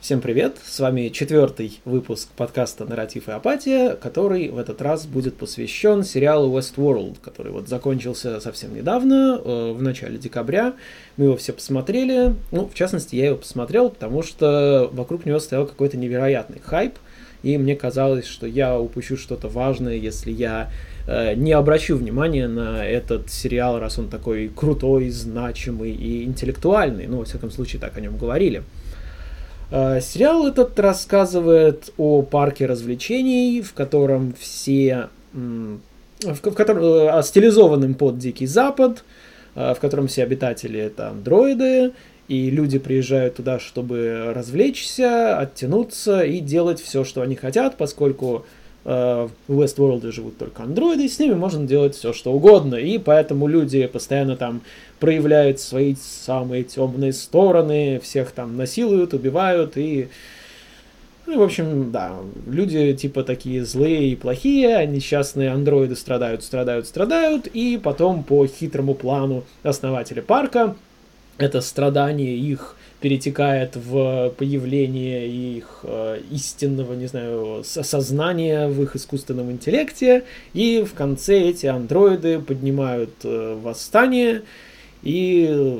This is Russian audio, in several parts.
Всем привет! С вами 4-й выпуск подкаста «Нарратив и апатия», который в этот раз будет посвящен сериалу Westworld, который вот закончился совсем недавно, в начале декабря. Мы его все посмотрели. В частности, я его посмотрел, потому что вокруг него стоял какой-то невероятный хайп, и мне казалось, что я упущу что-то важное, если я не обращу внимания на этот сериал, раз он такой крутой, значимый и интеллектуальный. Во всяком случае, так о нем говорили. Сериал этот рассказывает о парке развлечений, в котором стилизованным под Дикий Запад, в котором все обитатели это андроиды, и люди приезжают туда, чтобы развлечься, оттянуться и делать все, что они хотят, поскольку в Westworld живут только андроиды, и с ними можно делать все, что угодно, и поэтому люди постоянно там проявляют свои самые темные стороны, всех там насилуют, убивают, и в общем, да, люди типа такие злые и плохие, а несчастные андроиды страдают, и потом по хитрому плану основателя парка это страдание их перетекает в появление их истинного, не знаю, сознания в их искусственном интеллекте, и в конце эти андроиды поднимают восстание, и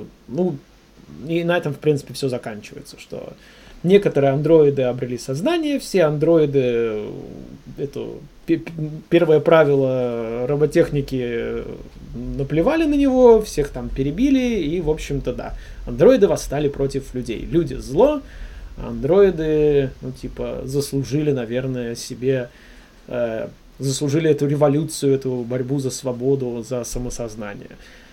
на этом, в принципе, все заканчивается, что некоторые андроиды обрели сознание, все андроиды, это первое правило роботехники, наплевали на него, всех там перебили, и, в общем-то, да, андроиды восстали против людей. Люди зло, андроиды, заслужили, наверное, себе, заслужили эту революцию, эту борьбу за свободу, за самосознание.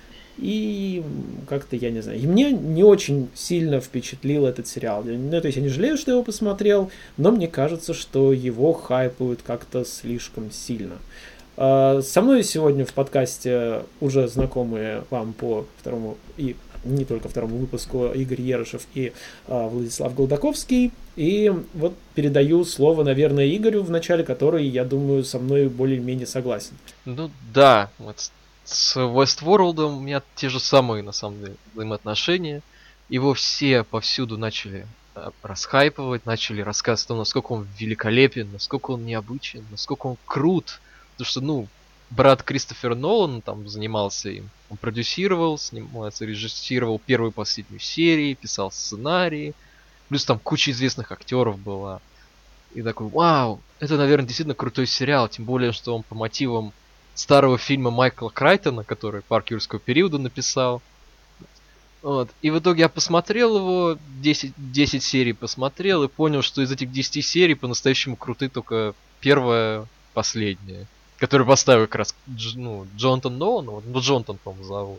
И как-то, я не знаю, и мне не очень сильно впечатлил этот сериал. То есть я не жалею, что я его посмотрел, но мне кажется, что его хайпуют как-то слишком сильно. Со мной сегодня в подкасте уже знакомые вам по второму и не только второму выпуску Игорь Ерышев и Владислав Голдаковский. И вот передаю слово, наверное, Игорю в начале, который, я думаю, со мной более-менее согласен. Да, вот с Westworld у меня те же самые, на самом деле, взаимоотношения. Его все повсюду начали расхайпывать, начали рассказывать о том, насколько он великолепен, насколько он необычен, насколько он крут. Потому что, брат Кристофера Нолана там занимался им. Он продюсировал, режиссировал первую и последнюю серию, писал сценарии. Плюс там куча известных актеров была. И такой, вау, это, наверное, действительно крутой сериал. Тем более, что он по мотивам старого фильма Майкла Крайтона, который «Парк юрского периода» написал. Вот. И в итоге я посмотрел его, 10 серий посмотрел и понял, что из этих 10 серий по-настоящему круты только первая, последняя. Которую поставил как раз Джонатан Нолан, Джонатан, по-моему, зовут.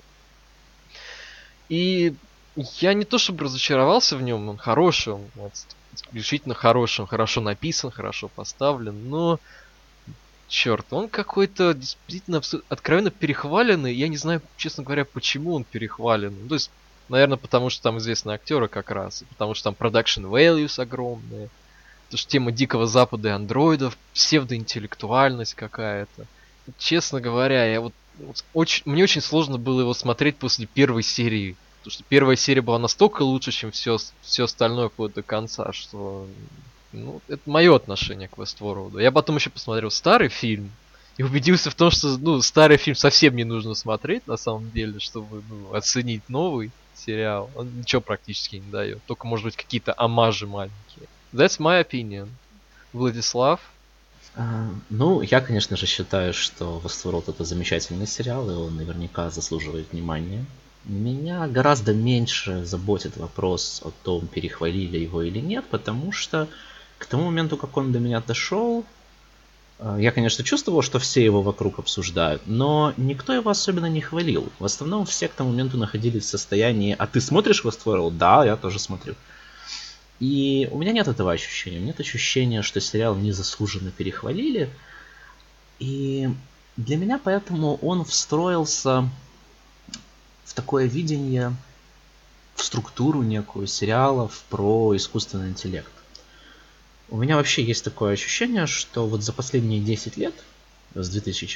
И я не то чтобы разочаровался в нем, он хороший, он исключительно хороший, он хорошо написан, хорошо поставлен, но черт, он какой-то действительно откровенно перехваленный. Я не знаю, честно говоря, почему он перехваленный. То есть, наверное, потому что там известные актеры как раз, и потому что там production values огромные. Потому что тема Дикого Запада и андроидов, псевдоинтеллектуальность какая-то. Честно говоря, мне очень сложно было его смотреть после первой серии. Потому что первая серия была настолько лучше, чем все остальное вплоть до конца, что это мое отношение к Westworld. Я потом еще посмотрел старый фильм и убедился в том, что старый фильм совсем не нужно смотреть на самом деле, чтобы оценить новый сериал. Он ничего практически не дает. Только, может быть, какие-то омажи маленькие. That's my opinion. Владислав? Я, конечно же, считаю, что Westworld это замечательный сериал, и он наверняка заслуживает внимания. Меня гораздо меньше заботит вопрос о том, перехвалили его или нет, потому что к тому моменту, как он до меня дошел, я, конечно, чувствовал, что все его вокруг обсуждают, но никто его особенно не хвалил. В основном все к тому моменту находились в состоянии: «А ты смотришь Westworld?» «Да, я тоже смотрю». И у меня нет этого ощущения. Нет ощущения, что сериал незаслуженно перехвалили. И для меня поэтому он встроился в такое видение, в структуру некую сериалов про искусственный интеллект. У меня вообще есть такое ощущение, что вот за последние 10 лет, с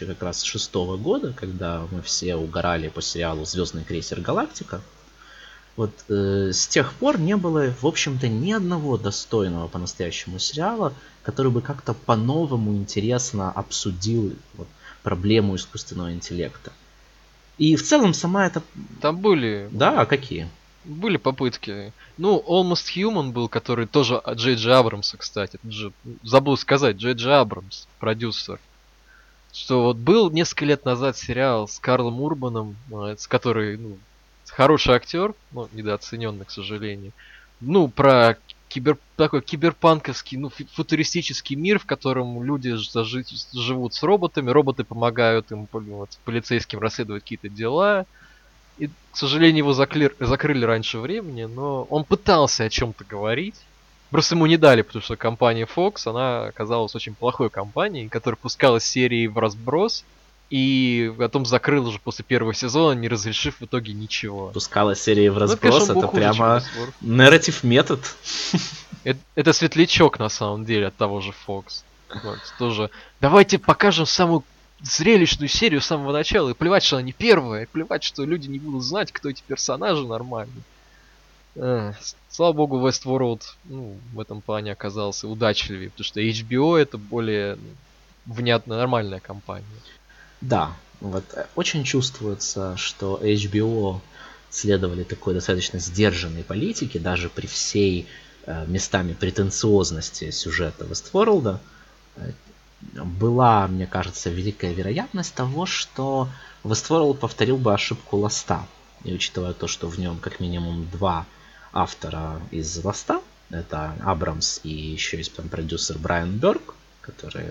2006 года, когда мы все угорали по сериалу «Звездный крейсер Галактика», Вот с тех пор не было, в общем-то, ни одного достойного по-настоящему сериала, который бы как-то по-новому интересно обсудил вот, проблему искусственного интеллекта. И в целом сама эта... Там были... Да, а какие? Были попытки. Ну, Almost Human был, который тоже от Джей Джей Абрамса, кстати. Забыл сказать, Джей Джей Абрамс, продюсер. Что вот был несколько лет назад сериал с Карлом Урбаном, с который, ну, хороший актер, но недооцененный, к сожалению. Ну, про такой киберпанковский, ну, футуристический мир, в котором люди живут с роботами, роботы помогают им, вот, полицейским расследовать какие-то дела. И, к сожалению, его закрыли раньше времени, но он пытался о чем-то говорить. Просто ему не дали, потому что компания Fox, она оказалась очень плохой компанией, которая пускала серии в разброс, и потом закрыла уже после первого сезона, не разрешив в итоге ничего. Пускала серии в разброс, это прямо нарратив метод. Это светлячок, на самом деле, от того же Fox. Вот, тоже. Давайте покажем самую зрелищную серию с самого начала, и плевать, что она не первая, и плевать, что люди не будут знать, кто эти персонажи нормальные. Слава богу, Westworld, ну, в этом плане оказался удачливее, потому что HBO это более внятная, нормальная компания. Да, вот очень чувствуется, что HBO следовали такой достаточно сдержанной политике, даже при всей местами претенциозности сюжета Westworld. Была, мне кажется, великая вероятность того, что Westworld повторил бы ошибку Lost. И учитывая то, что в нем как минимум два автора из Lost, это Абрамс и еще есть там продюсер Брайан Берг, которые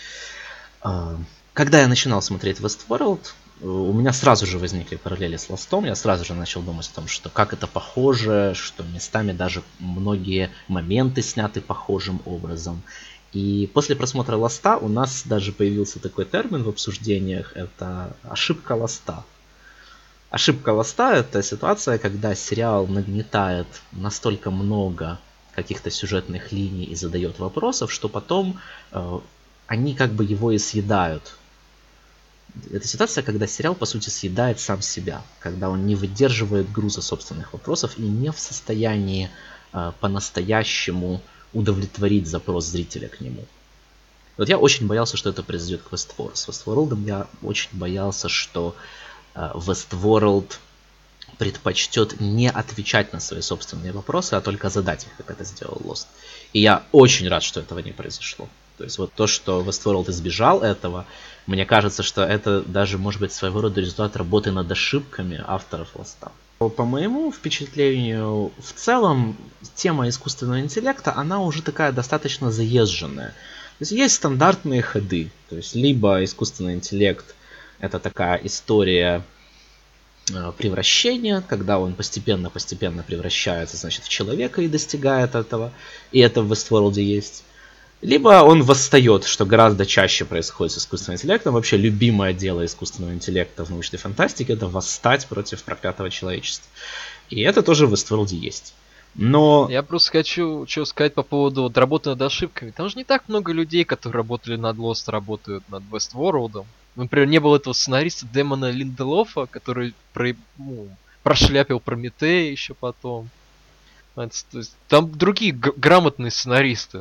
вот... Когда я начинал смотреть Westworld, у меня сразу же возникли параллели с Lost. Я сразу же начал думать о том, что как это похоже, что местами даже многие моменты сняты похожим образом. И после просмотра Lost у нас даже появился такой термин в обсуждениях, это ошибка Lost. Ошибка Lost это ситуация, когда сериал нагнетает настолько много каких-то сюжетных линий и задает вопросов, что потом они как бы его и съедают. Это ситуация, когда сериал по сути съедает сам себя, когда он не выдерживает груза собственных вопросов и не в состоянии по-настоящему удовлетворить запрос зрителя к нему. Вот я очень боялся, что это произойдет к Westworld. С Westworld я очень боялся, что Westworld предпочтет не отвечать на свои собственные вопросы, а только задать их, как это сделал Lost. И я очень рад, что этого не произошло. То есть вот то, что Westworld избежал этого, мне кажется, что это даже может быть своего рода результат работы над ошибками авторов Lost. По моему впечатлению, в целом, тема искусственного интеллекта, она уже такая достаточно заезженная. То есть стандартные ходы. То есть либо искусственный интеллект это такая история превращения, когда он постепенно превращается, значит, в человека и достигает этого. И это в Westworld есть. Либо он восстает, что гораздо чаще происходит с искусственным интеллектом. Вообще любимое дело искусственного интеллекта в научной фантастике это восстать против проклятого человечества. И это тоже в Westworld есть. Но... Я просто хочу что сказать по поводу вот, работы над ошибками. Там же не так много людей, которые работали над Lost, работают над Westworld. Например, не было этого сценариста Дэмона Линделофа, который прошляпил Прометея еще потом. То есть, там другие грамотные сценаристы,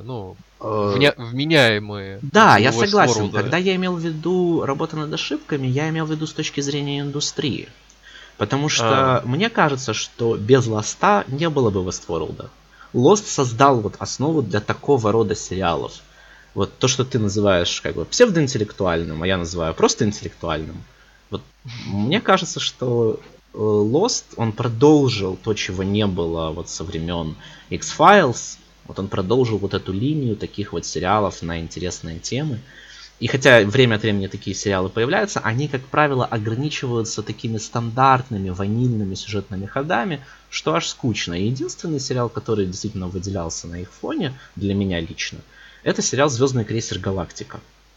вменяемые. Да, я согласен. Когда я имел в виду работу над ошибками, я имел в виду с точки зрения индустрии. Потому что мне кажется, что без Lost не было бы Westworld. Lost создал вот основу для такого рода сериалов. Вот то, что ты называешь как бы псевдоинтеллектуальным, а я называю просто интеллектуальным. Вот мне кажется, что Lost, он продолжил то, чего не было вот со времен X-Files. Вот он продолжил вот эту линию таких вот сериалов на интересные темы. И хотя время от времени такие сериалы появляются, они, как правило, ограничиваются такими стандартными ванильными сюжетными ходами, что аж скучно. И единственный сериал, который действительно выделялся на их фоне, для меня лично, это сериал «Звездный крейсер Галактика».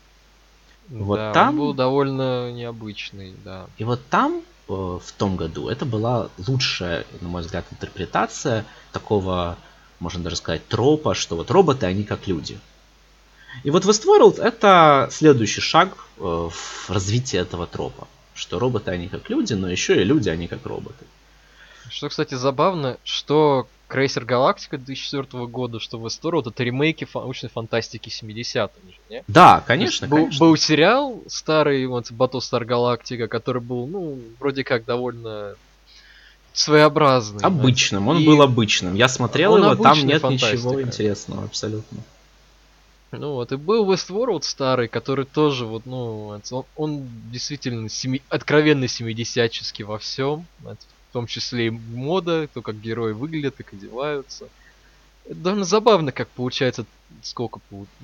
Вот да, там... он был довольно необычный, да. И вот там, в том году, это была лучшая, на мой взгляд, интерпретация такого, можно даже сказать, тропа, что вот роботы, они как люди. И вот Westworld это следующий шаг в развитии этого тропа. Что роботы, они как люди, но еще и люди, они как роботы. Что, кстати, забавно, что Крейсер Галактика 2004 года, что Westworld, это ремейки научной фантастики 70-х же, не? Да, конечно, Был сериал старый, вот Battlestar Galactica, который был, ну, вроде как довольно своеобразный. Обычным, он был обычным. Я смотрел его, там нет ничего интересного абсолютно. Ну вот, и был Westworld старый, который тоже, вот, ну, он действительно откровенно 70-ческий во всем. В том числе и мода, то, как герои выглядят, как одеваются. Это довольно забавно, как получается, сколько,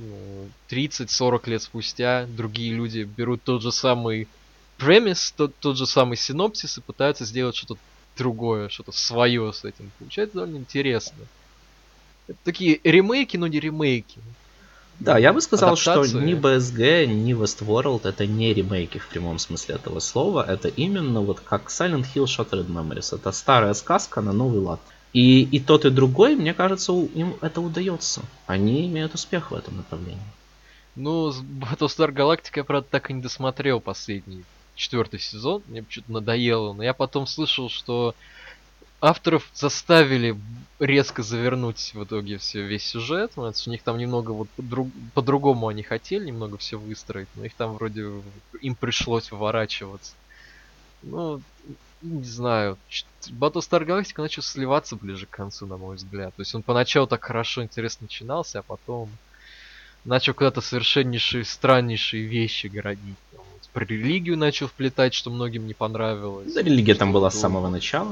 30-40 лет спустя другие люди берут тот же самый премис, тот же самый синопсис и пытаются сделать что-то другое, что-то свое с этим. Получается довольно интересно. Это такие ремейки, но не ремейки. Да, я бы сказал, Адаптация. Что ни BSG, ни Westworld это не ремейки в прямом смысле этого слова. Это именно вот как Silent Hill Shattered Memories. Это старая сказка на новый лад. И тот, и другой, мне кажется, им это удается. Они имеют успех в этом направлении. Ну, Battlestar Galactica я, правда, так и не досмотрел последний 4-й сезон. Мне что-то надоело. Но я потом слышал, что авторов заставили резко завернуть в итоге весь сюжет. У них там немного вот по-другому они хотели немного все выстроить, но их там вроде им пришлось выворачиваться. Ну, не знаю. Battlestar Galactica начал сливаться ближе к концу, на мой взгляд. То есть он поначалу так хорошо, интересно начинался, а потом начал куда-то совершеннейшие, страннейшие вещи городить. Про религию начал вплетать, что многим не понравилось. Да, религия там была с самого начала.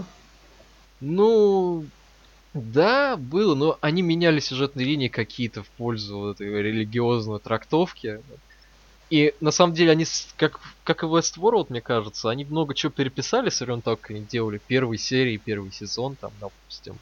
Ну, да, было, но они меняли сюжетные линии какие-то в пользу вот этой религиозной трактовки. И на самом деле они, как и Westworld, мне кажется, они много чего переписали со времен того, как они делали первые серии, первый сезон, там, допустим.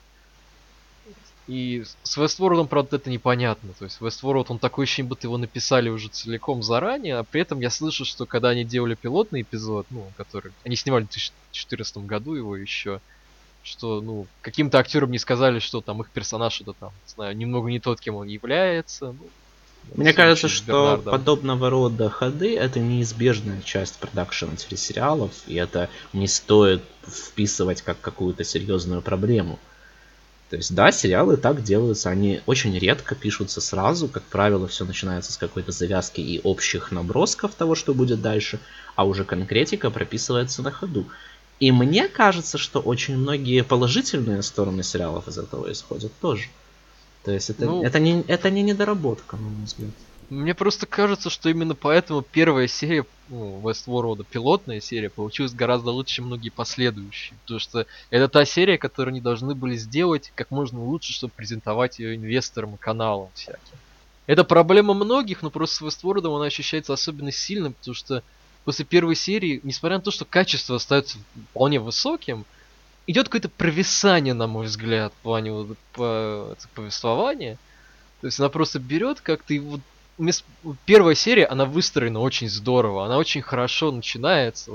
И с Westworld, правда, это непонятно. То есть Westworld, он такой ощущение, будто его написали уже целиком заранее, а при этом я слышу, что когда они делали пилотный эпизод, ну, который... Они снимали в 2014 году его еще, что, ну, каким-то актерам не сказали, что там их персонаж это там, не знаю, немного не тот, кем он является. Ну, мне кажется, что подобного рода ходы это неизбежная часть продакшена телесериалов, и это не стоит вписывать как какую-то серьезную проблему. То есть, да, сериалы так делаются, они очень редко пишутся сразу, как правило, все начинается с какой-то завязки и общих набросков того, что будет дальше, а уже конкретика прописывается на ходу. И мне кажется, что очень многие положительные стороны сериалов из этого исходят тоже. То есть это не недоработка, на мой взгляд. Мне просто кажется, что именно поэтому первая серия Westworld, пилотная серия, получилась гораздо лучше, чем многие последующие. Потому что это та серия, которую они должны были сделать как можно лучше, чтобы презентовать ее инвесторам и каналам всяким. Это проблема многих, но просто с Westworld она ощущается особенно сильно, потому что после первой серии, несмотря на то, что качество остается вполне высоким, идет какое-то провисание, на мой взгляд, в плане повествования. То есть она просто берет как-то и вот первая серия, она выстроена очень здорово, она очень хорошо начинается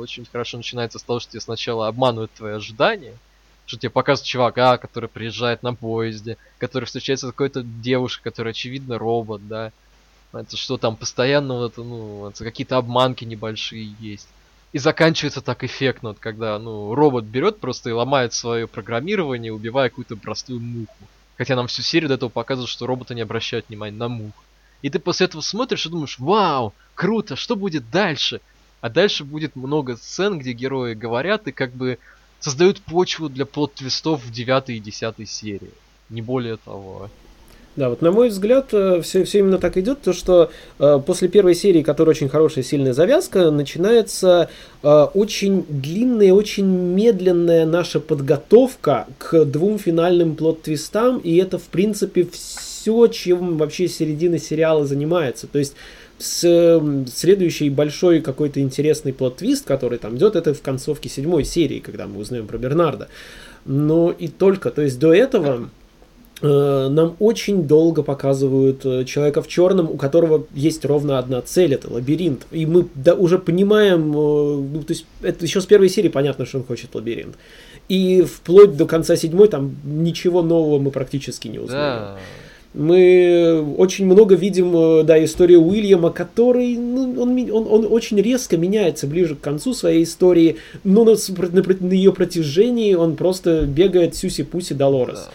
с того, что тебе сначала обманывают твои ожидания, что тебе показывают чувака, который приезжает на поезде, который встречается с какой-то девушкой, которая очевидно робот, да, это что там постоянно какие-то обманки небольшие есть. И заканчивается так эффектно, когда робот берет просто и ломает свое программирование, убивая какую-то простую муху. Хотя нам всю серию до этого показывают, что роботы не обращают внимания на мух. И ты после этого смотришь и думаешь: вау, круто, что будет дальше? А дальше будет много сцен, где герои говорят и как бы создают почву для плот-твистов в 9 и 10 серии. Не более того. Да, вот на мой взгляд, все именно так идет, то что после первой серии, которая очень хорошая, сильная завязка, начинается очень длинная, очень медленная наша подготовка к двум финальным плот-твистам, и это, в принципе, все, чем вообще середина сериала занимается. То есть следующий большой какой-то интересный плот-твист, который там идет, это в концовке 7 серии, когда мы узнаем про Бернарда. Но и только, то есть до этого нам очень долго показывают человека в черном, у которого есть ровно одна цель, это лабиринт. И мы уже понимаем, то есть это еще с первой серии понятно, что он хочет лабиринт. И вплоть до конца 7 там ничего нового мы практически не узнаем. Да. Мы очень много видим, да, историю Уильяма, который, ну, он очень резко меняется ближе к концу своей истории, но на ее протяжении он просто бегает сюси-пуси Долорес. Да.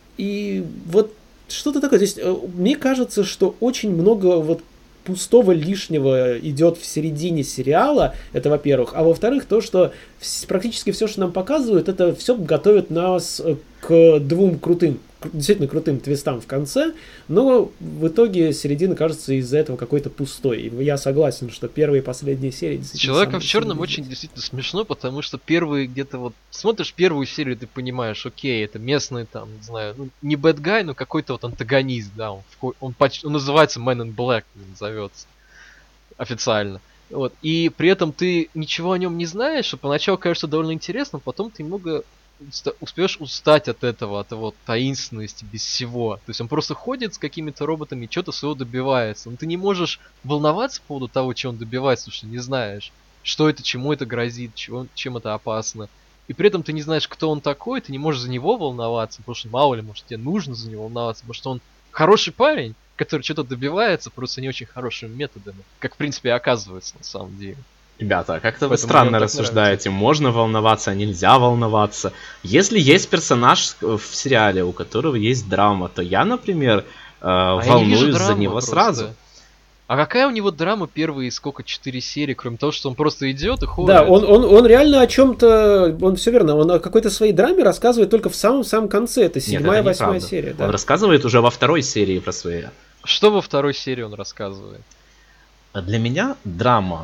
И вот что-то такое. То есть, мне кажется, что очень много вот пустого лишнего идет в середине сериала, это во-первых. А во-вторых, то, что практически все, что нам показывают, это все готовит нас к двум действительно крутым твистам в конце, но в итоге середина кажется из-за этого какой-то пустой. И я согласен, что первые и последние серии действительно... Человеком в черном очень действительно смешно, потому что первые где-то вот... Смотришь первую серию, ты понимаешь, окей, это местный там, не знаю, ну, не bad guy, но какой-то вот антагонист, да, он называется Man in Black, назовется официально. Вот. И при этом ты ничего о нем не знаешь, и поначалу кажется довольно интересно, потом ты немного успеешь устать от этого, от его таинственности без всего. То есть он просто ходит с какими-то роботами, что-то своего добивается. Но ты не можешь волноваться по поводу того, чего он добивается, потому что не знаешь, что это, чему это грозит, чем это опасно. И при этом ты не знаешь, кто он такой, ты не можешь за него волноваться, потому что мало ли, может, тебе нужно за него волноваться, потому что он хороший парень, который что-то добивается просто не очень хорошими методами, как в принципе и оказывается на самом деле. Ребята, как-то вы странно рассуждаете. Можно волноваться, а нельзя волноваться. Если есть персонаж в сериале, у которого есть драма, то я, например, волнуюсь за него просто сразу. А какая у него драма первые 4 серии, кроме того, что он просто идет и ходит? Да, он реально о чем-то, он все верно, он о какой-то своей драме рассказывает только в самом-самом конце. Это 7-я, 8-я серия. Да. Он рассказывает уже во второй серии про свои. Что во второй серии он рассказывает? Для меня драма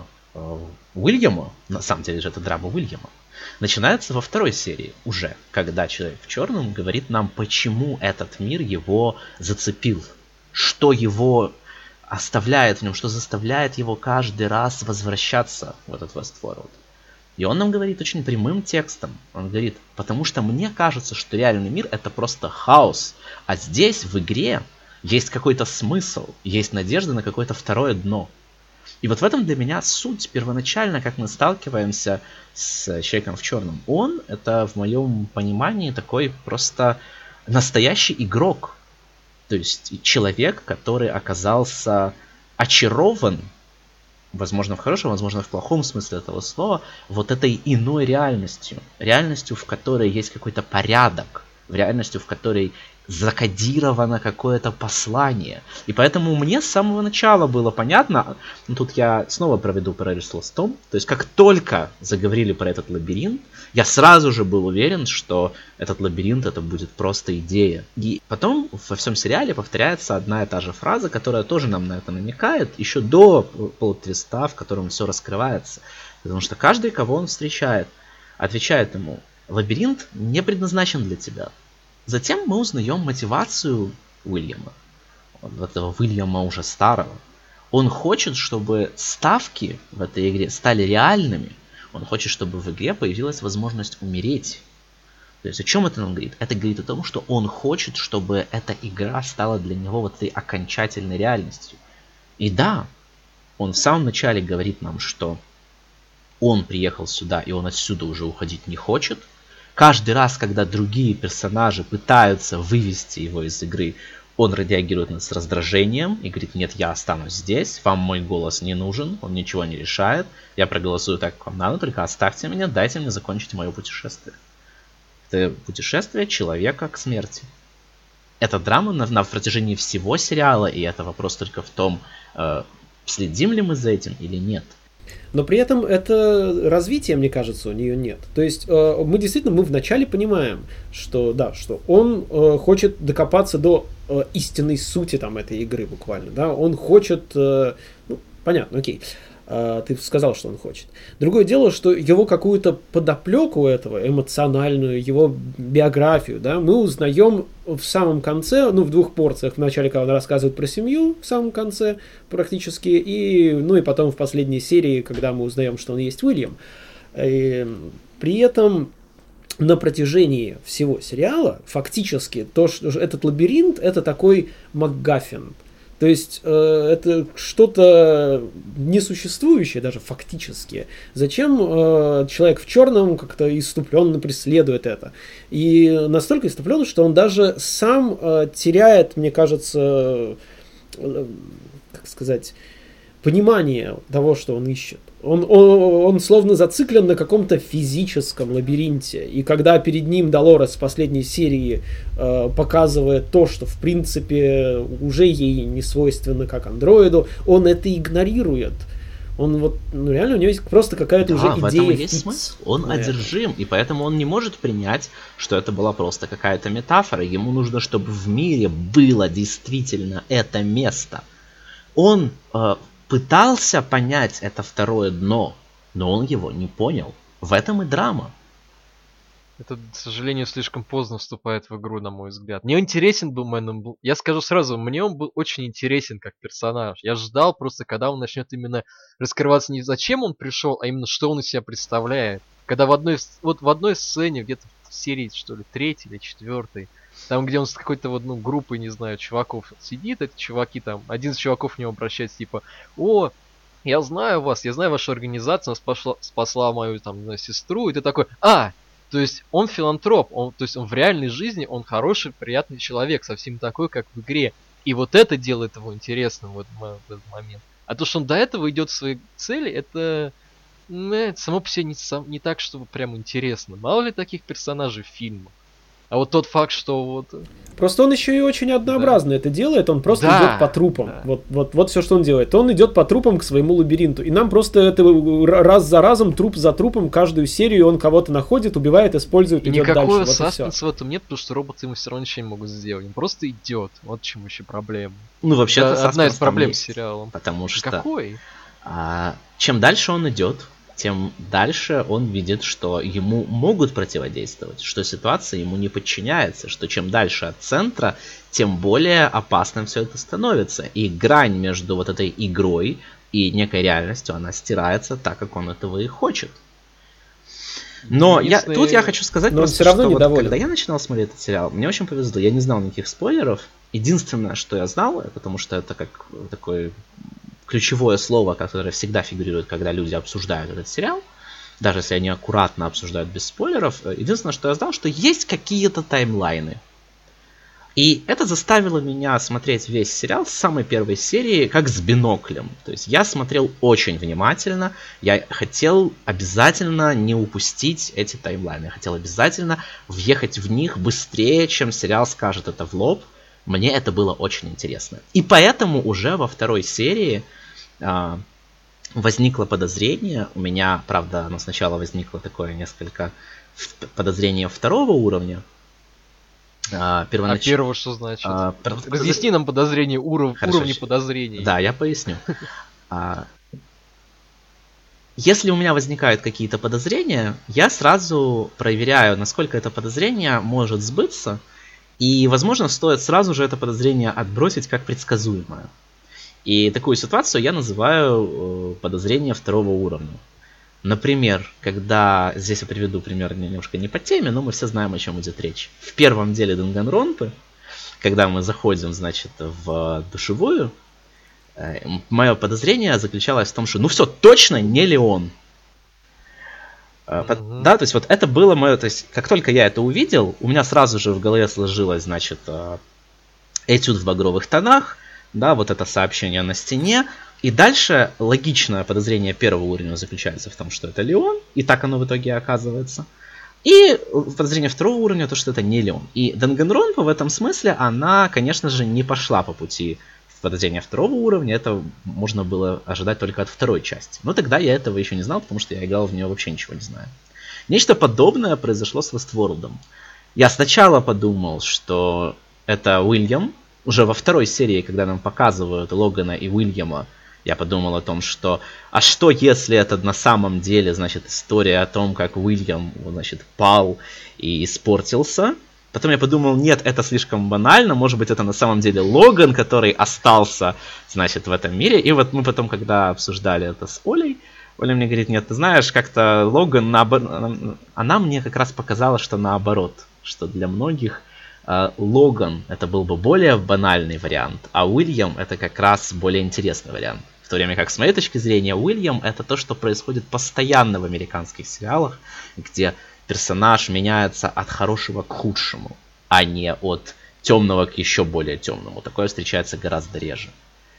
Уильяма, на самом деле же это драма Уильяма, начинается во второй серии уже, когда Человек в черном говорит нам, почему этот мир его зацепил, что его оставляет в нем, что заставляет его каждый раз возвращаться в этот Westworld. И он нам говорит очень прямым текстом, он говорит, потому что мне кажется, что реальный мир это просто хаос, а здесь в игре есть какой-то смысл, есть надежда на какое-то второе дно. И вот в этом для меня суть первоначально, как мы сталкиваемся с Человеком в черном. Он, это в моем понимании такой просто настоящий игрок. То есть человек, который оказался очарован, возможно в хорошем, возможно в плохом смысле этого слова, вот этой иной реальностью. Реальностью, в которой есть какой-то порядок. Реальностью, в которой закодировано какое-то послание. И поэтому мне с самого начала было понятно, ну, тут я снова проведу параллель с Лостом, то есть как только заговорили про этот лабиринт, я сразу же был уверен, что этот лабиринт это будет просто идея. И потом во всем сериале повторяется одна и та же фраза, которая тоже нам на это намекает, еще до полутвиста, в котором все раскрывается. Потому что каждый, кого он встречает, отвечает ему, лабиринт не предназначен для тебя. Затем мы узнаем мотивацию Уильяма, этого Уильяма уже старого. Он хочет, чтобы ставки в этой игре стали реальными. Он хочет, чтобы в игре появилась возможность умереть. То есть о чем это нам говорит? Это говорит о том, что он хочет, чтобы эта игра стала для него вот этой окончательной реальностью. И да, он в самом начале говорит нам, что он приехал сюда, и он отсюда уже уходить не хочет. Каждый раз, когда другие персонажи пытаются вывести его из игры, он реагирует с раздражением и говорит, нет, я останусь здесь, вам мой голос не нужен, он ничего не решает, я проголосую так, как вам надо, только оставьте меня, дайте мне закончить мое путешествие. Это путешествие человека к смерти. Это драма на протяжении всего сериала, и это вопрос только в том, следим ли мы за этим или нет. Но при этом это развитие, мне кажется, у нее нет. То есть мы действительно вначале понимаем, что да, что он хочет докопаться до истинной сути там этой игры буквально, да, он хочет, ну, понятно, окей. Ты сказал, что он хочет. Другое дело, что его какую-то подоплеку этого, эмоциональную, его биографию, да, мы узнаем в самом конце, ну, в двух порциях. В начале, когда он рассказывает про семью, в самом конце практически, и, ну, и потом в последней серии, когда мы узнаем, что он есть Уильям. И при этом на протяжении всего сериала фактически то, что этот лабиринт, это такой МакГаффин. То есть это что-то несуществующее даже фактически. Зачем человек в черном как-то иступленно преследует это? И настолько иступленно, что он даже сам теряет, мне кажется, как сказать, понимание того, что он ищет. Он словно зациклен на каком-то физическом лабиринте. И когда перед ним Долорес в последней серии показывает то, что в принципе уже ей не свойственно как андроиду, он это игнорирует. Он вот, ну реально у него есть просто какая-то уже идея. В этом и есть смысл. Он одержим, и поэтому он не может принять, что это была просто какая-то метафора. Ему нужно, чтобы в мире было действительно это место. Он пытался понять это второе дно, но он его не понял. В этом и драма. Это, к сожалению, слишком поздно вступает в игру, на мой взгляд. Мне интересен был Мэн Блу. Я скажу сразу, мне он был очень интересен как персонаж. Я ждал просто, когда он начнет именно раскрываться не зачем он пришел, а именно что он из себя представляет. Когда в одной сцене, где-то в серии, что ли, 3-й или 4-й, там, где он с какой-то вот, группой, не знаю, чуваков сидит, эти чуваки там, один из чуваков к нему обращается, типа, о, я знаю вас, я знаю вашу организацию, она спасла мою, там, сестру, и ты такой, то есть он филантроп, то есть он в реальной жизни, он хороший, приятный человек, совсем такой, как в игре. И вот это делает его интересным в этот момент. А то, что он до этого идет к своей цели, это само по себе не так, чтобы прям интересно. Мало ли таких персонажей в фильмах. А вот тот факт, что вот... Просто он еще и очень однообразно это делает, он просто идет по трупам. Да. Вот все, что он делает. Он идет по трупам к своему лабиринту. И нам просто это раз за разом, труп за трупом, каждую серию он кого-то находит, убивает, использует, идет дальше. Никакого саспенса в этом нет, потому что роботы ему все равно ничего не могут сделать. Он просто идет. Вот в чем еще проблема. Ну, вообще-то это одна из проблем с сериалом. Потому что... Какой? Чем дальше он идет, тем дальше он видит, что ему могут противодействовать, что ситуация ему не подчиняется, что чем дальше от центра, тем более опасным все это становится. И грань между вот этой игрой и некой реальностью, она стирается так, как он этого и хочет. Но тут я хочу сказать, просто, все равно что вот, когда я начинал смотреть этот сериал, мне очень повезло, я не знал никаких спойлеров. Единственное, что я знал, потому что это как такой... ключевое слово, которое всегда фигурирует, когда люди обсуждают этот сериал, даже если они аккуратно обсуждают без спойлеров, единственное, что я знал, что есть какие-то таймлайны. И это заставило меня смотреть весь сериал с самой первой серии как с биноклем. То есть я смотрел очень внимательно, я хотел обязательно не упустить эти таймлайны, я хотел обязательно въехать в них быстрее, чем сериал скажет это в лоб. Мне это было очень интересно. И поэтому уже во второй серии возникло подозрение. У меня, правда, оно сначала возникло такое несколько подозрение второго уровня. А первого что значит? Разъясни нам подозрение, уровни подозрений. Да, я поясню. Если у меня возникают какие-то подозрения, я сразу проверяю, насколько это подозрение может сбыться. И, возможно, стоит сразу же это подозрение отбросить как предсказуемое. И такую ситуацию я называю подозрение второго уровня. Например, когда... Здесь я приведу пример немножко не по теме, но мы все знаем, о чем идет речь. В первом деле Данганронпы, когда мы заходим, значит, в душевую, мое подозрение заключалось в том, что ну все, точно не Леон. Да, то есть вот это было мое, то есть как только я это увидел, у меня сразу же в голове сложилось, значит, этюд в багровых тонах, да, вот это сообщение на стене, и дальше логичное подозрение первого уровня заключается в том, что это Леон, и так оно в итоге оказывается, и подозрение второго уровня, то, что это не Леон. И Данганронпа в этом смысле, она, конечно же, не пошла по пути подозрения второго уровня, это можно было ожидать только от второй части. Но тогда я этого еще не знал, потому что я играл в нее вообще ничего не знаю. Нечто подобное произошло с Westworld. Я сначала подумал, что это Уильям. Уже во второй серии, когда нам показывают Логана и Уильяма, я подумал о том, что а что если это на самом деле, значит, история о том, как Уильям, значит, пал и испортился. Потом я подумал, нет, это слишком банально, может быть, это на самом деле Логан, который остался, значит, в этом мире. И вот мы потом, когда обсуждали это с Олей, Оля мне говорит, нет, ты знаешь, как-то Логан, она мне как раз показала, что наоборот, что для многих Логан это был бы более банальный вариант, а Уильям это как раз более интересный вариант. В то время как, с моей точки зрения, Уильям это то, что происходит постоянно в американских сериалах, где персонаж меняется от хорошего к худшему, а не от темного к еще более темному. Такое встречается гораздо реже.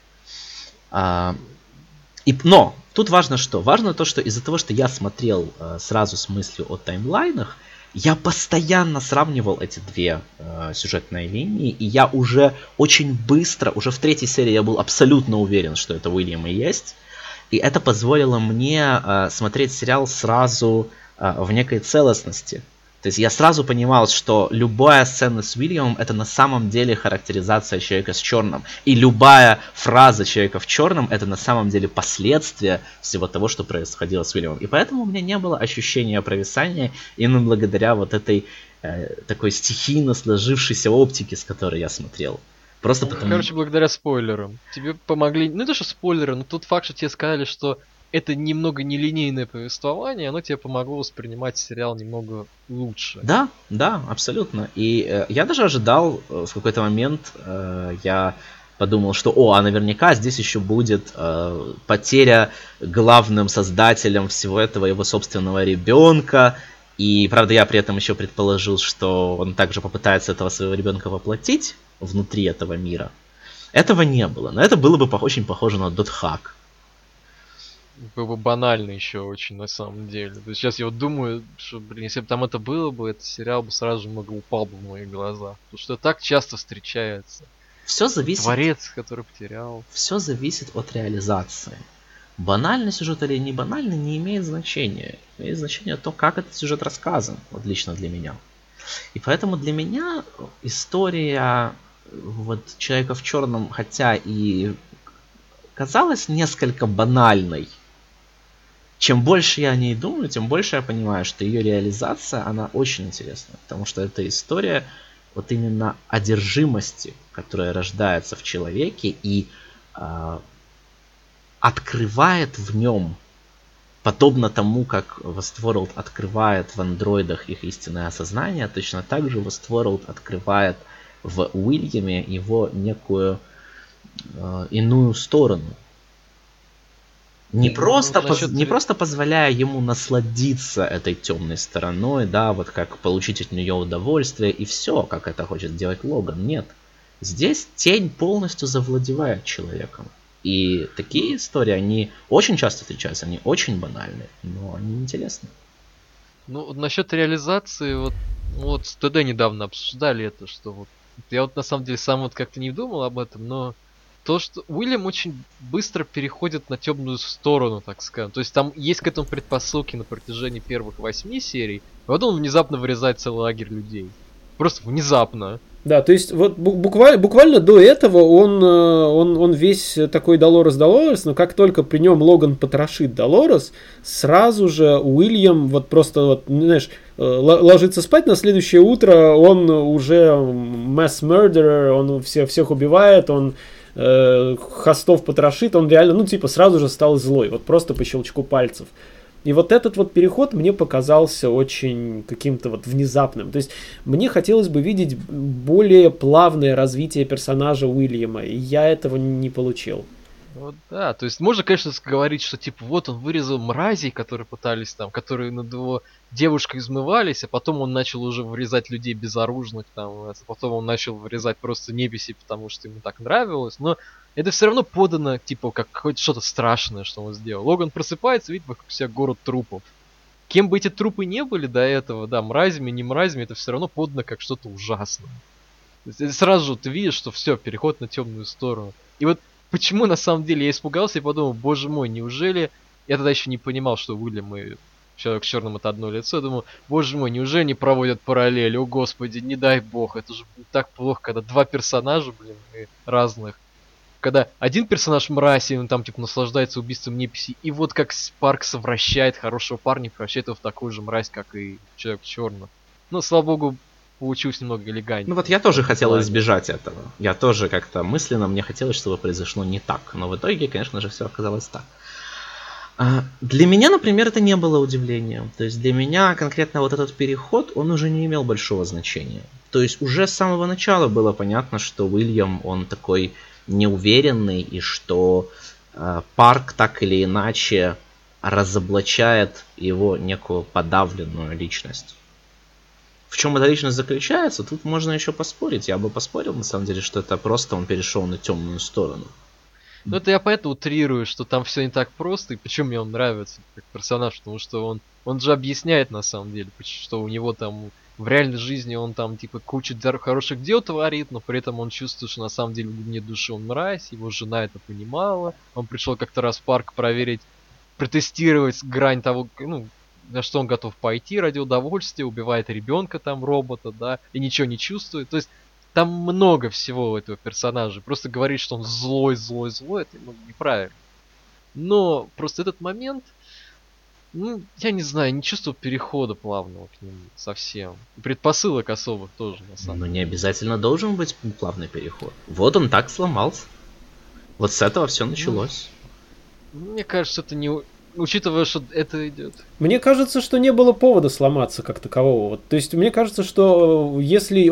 Но тут важно что? Важно то, что из-за того, что я смотрел сразу с мыслью о таймлайнах, я постоянно сравнивал эти две сюжетные линии, и я уже очень быстро, уже в третьей серии я был абсолютно уверен, что это Уильям и есть. И это позволило мне смотреть сериал сразу в некой целостности. То есть я сразу понимал, что любая сцена с Уильямом это на самом деле характеризация человека с черным. И любая фраза человека в черном это на самом деле последствия всего того, что происходило с Уильямом. И поэтому у меня не было ощущения провисания именно благодаря вот этой такой стихийно сложившейся оптике, с которой я смотрел. Просто потому... Короче, благодаря спойлерам. Тебе помогли... Ну, это же спойлеры, но тот факт, что тебе сказали, что это немного нелинейное повествование, оно тебе помогло воспринимать сериал немного лучше. Да, да, абсолютно. И я даже ожидал в какой-то момент, я подумал, что, а наверняка здесь еще будет потеря главным создателем всего этого его собственного ребенка. И, правда, я при этом еще предположил, что он также попытается этого своего ребенка воплотить внутри этого мира. Этого не было. Но это было бы очень похоже на Дотхак. Было бы банально еще очень, на самом деле. То есть сейчас я вот думаю, что, если бы там это было бы, этот сериал бы сразу же много упал бы в моих глазах. Потому что так часто встречается. Все зависит... Творец, который потерял. Все зависит от реализации. Банальный сюжет или не банальный не имеет значения. Имеет значение то, как этот сюжет рассказан. Вот лично для меня. И поэтому для меня история вот Человека в черном, хотя и казалась несколько банальной, чем больше я о ней думаю, тем больше я понимаю, что ее реализация, она очень интересная. Потому что это история вот именно одержимости, которая рождается в человеке и открывает в нем, подобно тому, как Westworld открывает в андроидах их истинное осознание, точно так же Westworld открывает в Уильяме его некую иную сторону. Не просто позволяя ему насладиться этой темной стороной, да, вот как получить от нее удовольствие и все, как это хочет делать Логан. Нет. Здесь тень полностью завладевает человеком. И такие истории, они очень часто встречаются, они очень банальны, но они интересны. Ну, вот насчет реализации, вот с ТД недавно обсуждали это, что вот я вот на самом деле сам вот как-то не думал об этом, но то, что Уильям очень быстро переходит на темную сторону, так скажем. То есть там есть к этому предпосылки на протяжении первых 8 серий, а потом он внезапно вырезает целый лагерь людей. Просто внезапно. Да, то есть вот буквально до этого он весь такой Долорес, но как только при нем Логан потрошит Долорес, сразу же Уильям вот просто, вот, знаешь, ложится спать, на следующее утро он уже mass murderer, он всех убивает, он хостов потрошит, он реально, ну типа сразу же стал злой, вот просто по щелчку пальцев. И вот этот вот переход мне показался очень каким-то вот внезапным. То есть мне хотелось бы видеть более плавное развитие персонажа Уильяма, и я этого не получил. Вот да, то есть можно, конечно, говорить, что типа вот он вырезал мразей, которые пытались там, которые над его девушкой измывались, а потом он начал уже вырезать людей безоружных, там, а потом он начал вырезать просто небеси, потому что ему так нравилось, но это все равно подано, типа, как какое-то что-то страшное, что он сделал. Логан просыпается, видит вокруг себя город трупов. Кем бы эти трупы не были до этого, да, мразями, не мразями, это все равно подано как что-то ужасное. То есть, сразу же ты видишь, что все, переход на темную сторону. И вот почему на самом деле я испугался и подумал, боже мой, неужели... Я тогда еще не понимал, что Уильям и Человек в черном это одно лицо. Я думал, боже мой, неужели они проводят параллели? О господи, не дай бог, это же так плохо, когда два персонажа, разных. Когда один персонаж мразь, и он там типа наслаждается убийством неписи, и вот как Спарк совращает хорошего парня, превращает его в такую же мразь, как и Человек в черном. Ну, слава богу, получилось немного элегантнее. Ну вот я тоже хотел избежать этого. Я тоже как-то мысленно, мне хотелось, чтобы произошло не так. Но в итоге, конечно же, все оказалось так. Для меня, например, это не было удивлением. То есть для меня конкретно вот этот переход, он уже не имел большого значения. То есть уже с самого начала было понятно, что Уильям, он такой неуверенный, и что Парк так или иначе разоблачает его некую подавленную личность. В чем эта личность заключается, тут можно еще поспорить. Я бы поспорил, на самом деле, что это просто он перешел на темную сторону. Ну это я поэтому утрирую, что там все не так просто, и почему мне он нравится как персонаж, потому что он же объясняет на самом деле, что у него там в реальной жизни он там типа кучу хороших дел творит, но при этом он чувствует, что на самом деле в глубине души он мразь, его жена это понимала, он пришел как-то раз в парк проверить, протестировать грань того, ну, на что он готов пойти ради удовольствия, убивает ребенка там, робота, да, и ничего не чувствует, то есть там много всего у этого персонажа. Просто говорить, что он злой, это неправильно. Но просто этот момент, ну, я не знаю, не чувствую перехода плавного к нему совсем. И предпосылок особых тоже, на самом деле. Но не обязательно должен быть плавный переход. Вот он так сломался. Вот с этого все началось. Мне кажется, это не... Учитывая, что это идет. Мне кажется, что не было повода сломаться как такового. Вот, то есть, мне кажется, что если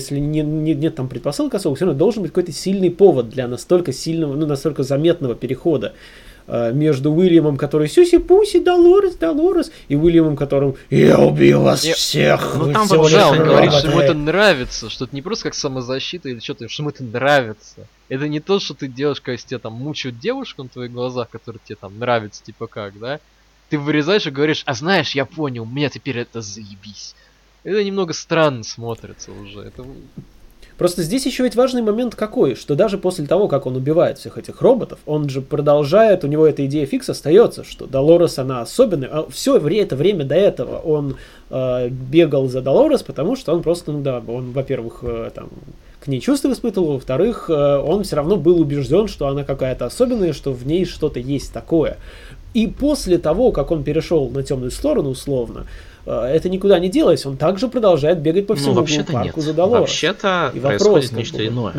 нет там предпосылок особых, все равно должен быть какой-то сильный повод для настолько сильного, ну, настолько заметного перехода между Уильямом, который Сюси-Пуси, Долорес, и Уильямом, которым «Я убью вас всех!» Ну, там вообще он говорит, что ему это нравится, что это не просто как самозащита или что-то, что ему это нравится. Это не то, что ты делаешь, когда тебя там мучают девушку на твоих глазах, которая тебе там нравится, типа как, да? Ты вырезаешь и говоришь, а знаешь, я понял, мне теперь это заебись. Это немного странно смотрится уже. Это... Просто здесь еще ведь важный момент какой, что даже после того, как он убивает всех этих роботов, он же продолжает, у него эта идея фикс остается, что Долорес, она особенная. А все это время до этого он бегал за Долорес, потому что он просто, ну да, он, во-первых, там... к ней чувства испытывал, во-вторых, он все равно был убежден, что она какая-то особенная, что в ней что-то есть такое. И после того, как он перешел на темную сторону, условно, это никуда не делось, он также продолжает бегать по всему парку за Долорес. Вообще-то происходит нечто иное.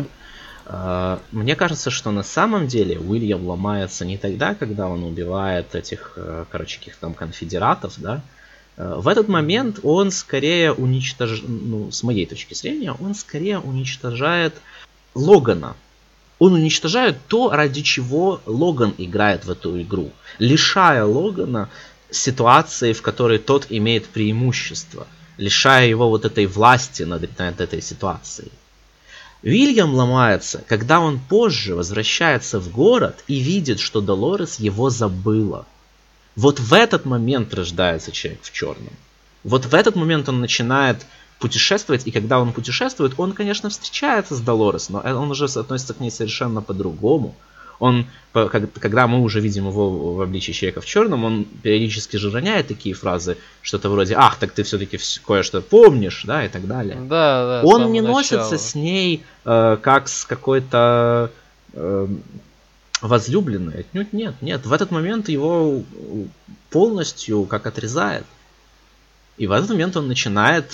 Мне кажется, что на самом деле Уильям ломается не тогда, когда он убивает этих, каких-то там конфедератов, да. В этот момент он скорее уничтожает, ну, с моей точки зрения, он скорее уничтожает Логана. Он уничтожает то, ради чего Логан играет в эту игру, лишая Логана ситуации, в которой тот имеет преимущество, лишая его вот этой власти над этой ситуацией. Уильям ломается, когда он позже возвращается в город и видит, что Долорес его забыла. Вот в этот момент рождается человек в черном. Вот в этот момент он начинает путешествовать, и когда он путешествует, он, конечно, встречается с Долорес, но он уже относится к ней совершенно по-другому. Он, когда мы уже видим его в обличии человека в черном, он периодически же роняет такие фразы, что-то вроде «Ах, так ты все-таки кое-что помнишь», да, и так далее. Да, он не носится с ней как с какой-то возлюбленной. Отнюдь нет. В этот момент его полностью как отрезает. И в этот момент он начинает,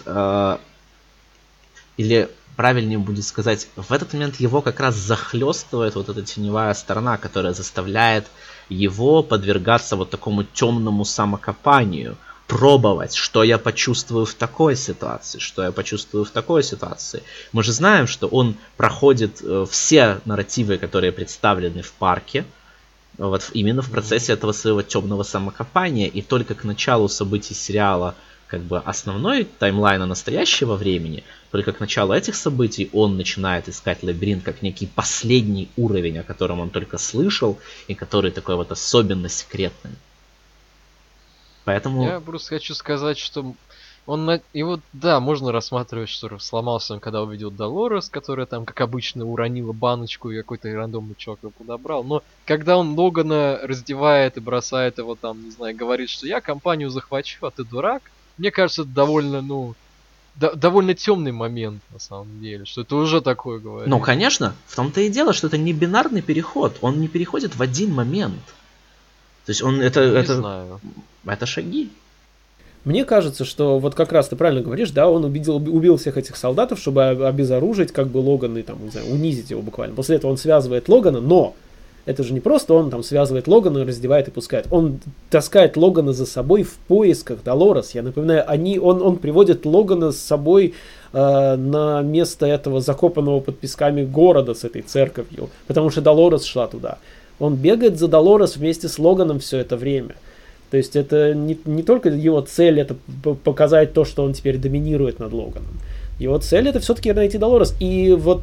или правильнее будет сказать, в этот момент его как раз захлестывает вот эта теневая сторона, которая заставляет его подвергаться вот такому темному самокопанию, пробовать, что я почувствую в такой ситуации, что я почувствую в такой ситуации. Мы же знаем, что он проходит все нарративы, которые представлены в парке, вот именно в процессе этого своего темного самокопания, и только к началу событий сериала, как бы основной таймлайна настоящего времени, только к началу этих событий он начинает искать лабиринт как некий последний уровень, о котором он только слышал, и который такой вот особенно секретный. Поэтому... Я просто хочу сказать, что его, да, можно рассматривать, что сломался он, когда увидел Долорес, которая там, как обычно, уронила баночку, и какой-то рандомный чувак его подобрал. Но когда он Логана раздевает и бросает его там, не знаю, говорит, что я компанию захвачу, а ты дурак, мне кажется, это довольно, довольно темный момент, на самом деле, что это уже такое говорит. Ну, конечно, в том-то и дело, что это не бинарный переход, он не переходит в один момент. То есть он это шаги. Мне кажется, что вот как раз ты правильно говоришь, да, он убил всех этих солдатов, чтобы обезоружить как бы Логана и там, не знаю, унизить его буквально. После этого он связывает Логана, но Это же не просто он там связывает Логана, раздевает и пускает. Он таскает Логана за собой в поисках Долорес. Я напоминаю, он приводит Логана с собой на место этого закопанного под песками города с этой церковью, потому что Долорес шла туда. Он бегает за Долорес вместе с Логаном все это время. То есть это не только его цель, это показать то, что он теперь доминирует над Логаном. Его цель это все-таки найти Долорес. И вот...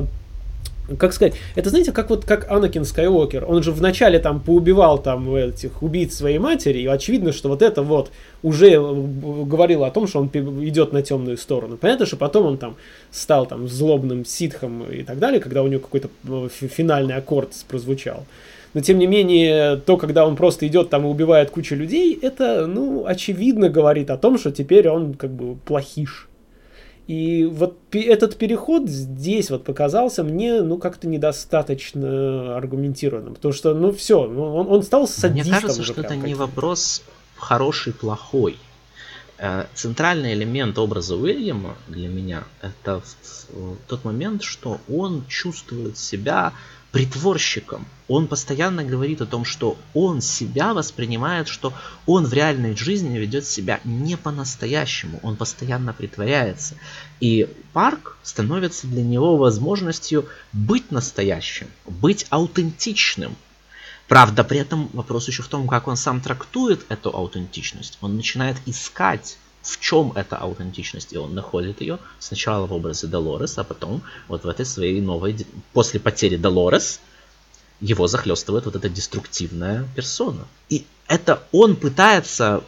как сказать, это знаете, как Анакин Скайуокер, он же вначале там поубивал там этих убийц своей матери, и очевидно, что вот это вот уже говорило о том, что он идет на темную сторону. Понятно, что потом он там стал там злобным ситхом и так далее, когда у него какой-то финальный аккорд прозвучал. Но тем не менее, то, когда он просто идет там и убивает кучу людей, это, ну, очевидно говорит о том, что теперь он как бы плохиш. И вот этот переход здесь вот показался мне, ну, как-то недостаточно аргументированным. Потому что, ну, все, он стал садистом. Мне кажется, что это не вопрос хороший-плохой. Центральный элемент образа Уильяма для меня это тот момент, что он чувствует себя притворщиком. Он постоянно говорит о том, что он себя воспринимает, что он в реальной жизни ведет себя не по-настоящему. Он постоянно притворяется. И парк становится для него возможностью быть настоящим, быть аутентичным. Правда, при этом вопрос еще в том, как он сам трактует эту аутентичность. Он начинает искать, в чем эта аутентичность, и он находит ее сначала в образе Долорес, а потом вот в этой своей новой... После потери Долорес его захлестывает вот эта деструктивная персона. И это он пытается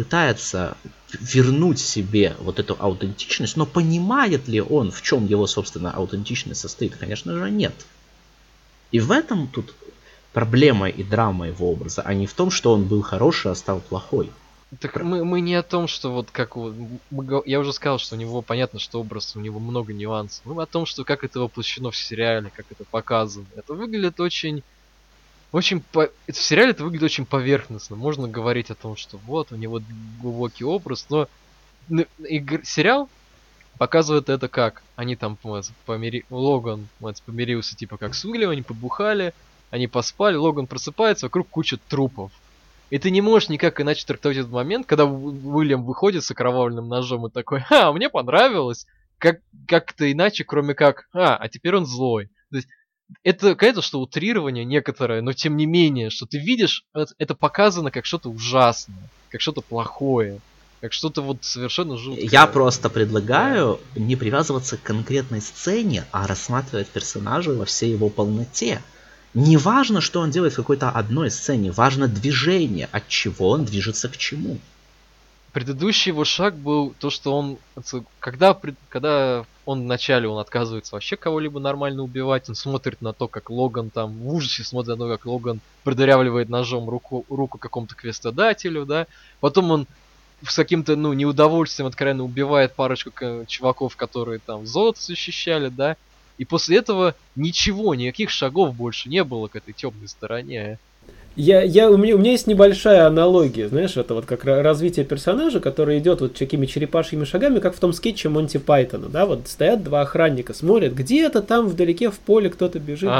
вернуть себе вот эту аутентичность, но понимает ли он, в чем его, собственно, аутентичность состоит? Конечно же, нет. И в этом тут проблема и драма его образа, а не в том, что он был хороший, а стал плохой. Так мы не о том, что вот как я уже сказал, что у него понятно, что образ, у него много нюансов. Мы о том, что как это воплощено в сериале, как это показано. Это выглядит очень в сериале это выглядит очень поверхностно. Можно говорить о том, что вот у него глубокий образ, но сериал показывает это как. Они там Логан помирился типа как с Уильямом, они побухали, они поспали, Логан просыпается, вокруг куча трупов. И ты не можешь никак иначе трактовать этот момент, когда Уильям выходит с окровавленным ножом и такой: «Ха, мне понравилось!» Как-то иначе, кроме как: а теперь он злой. То есть это какое-то что утрирование некоторое, но тем не менее, что ты видишь, это показано как что-то ужасное, как что-то плохое, как что-то вот совершенно жуткое. Я просто предлагаю не привязываться к конкретной сцене, а рассматривать персонажа во всей его полноте. Не важно, что он делает в какой-то одной сцене, важно движение, от чего он движется к чему. Предыдущий его шаг был то, что он, когда он вначале он отказывается вообще кого-либо нормально убивать, он смотрит на то, как Логан там в ужасе смотрит на то, как Логан продырявливает ножом руку какому-то квестодателю, да, потом он с каким-то, неудовольствием откровенно убивает парочку чуваков, которые там золото защищали, да. И после этого никаких шагов больше не было к этой темной стороне. У меня есть небольшая аналогия, знаешь, это вот как развитие персонажа, который идет вот такими черепашьими шагами, как в том скетче Монти Пайтона, да, вот стоят два охранника, смотрят, где-то там вдалеке в поле кто-то бежит,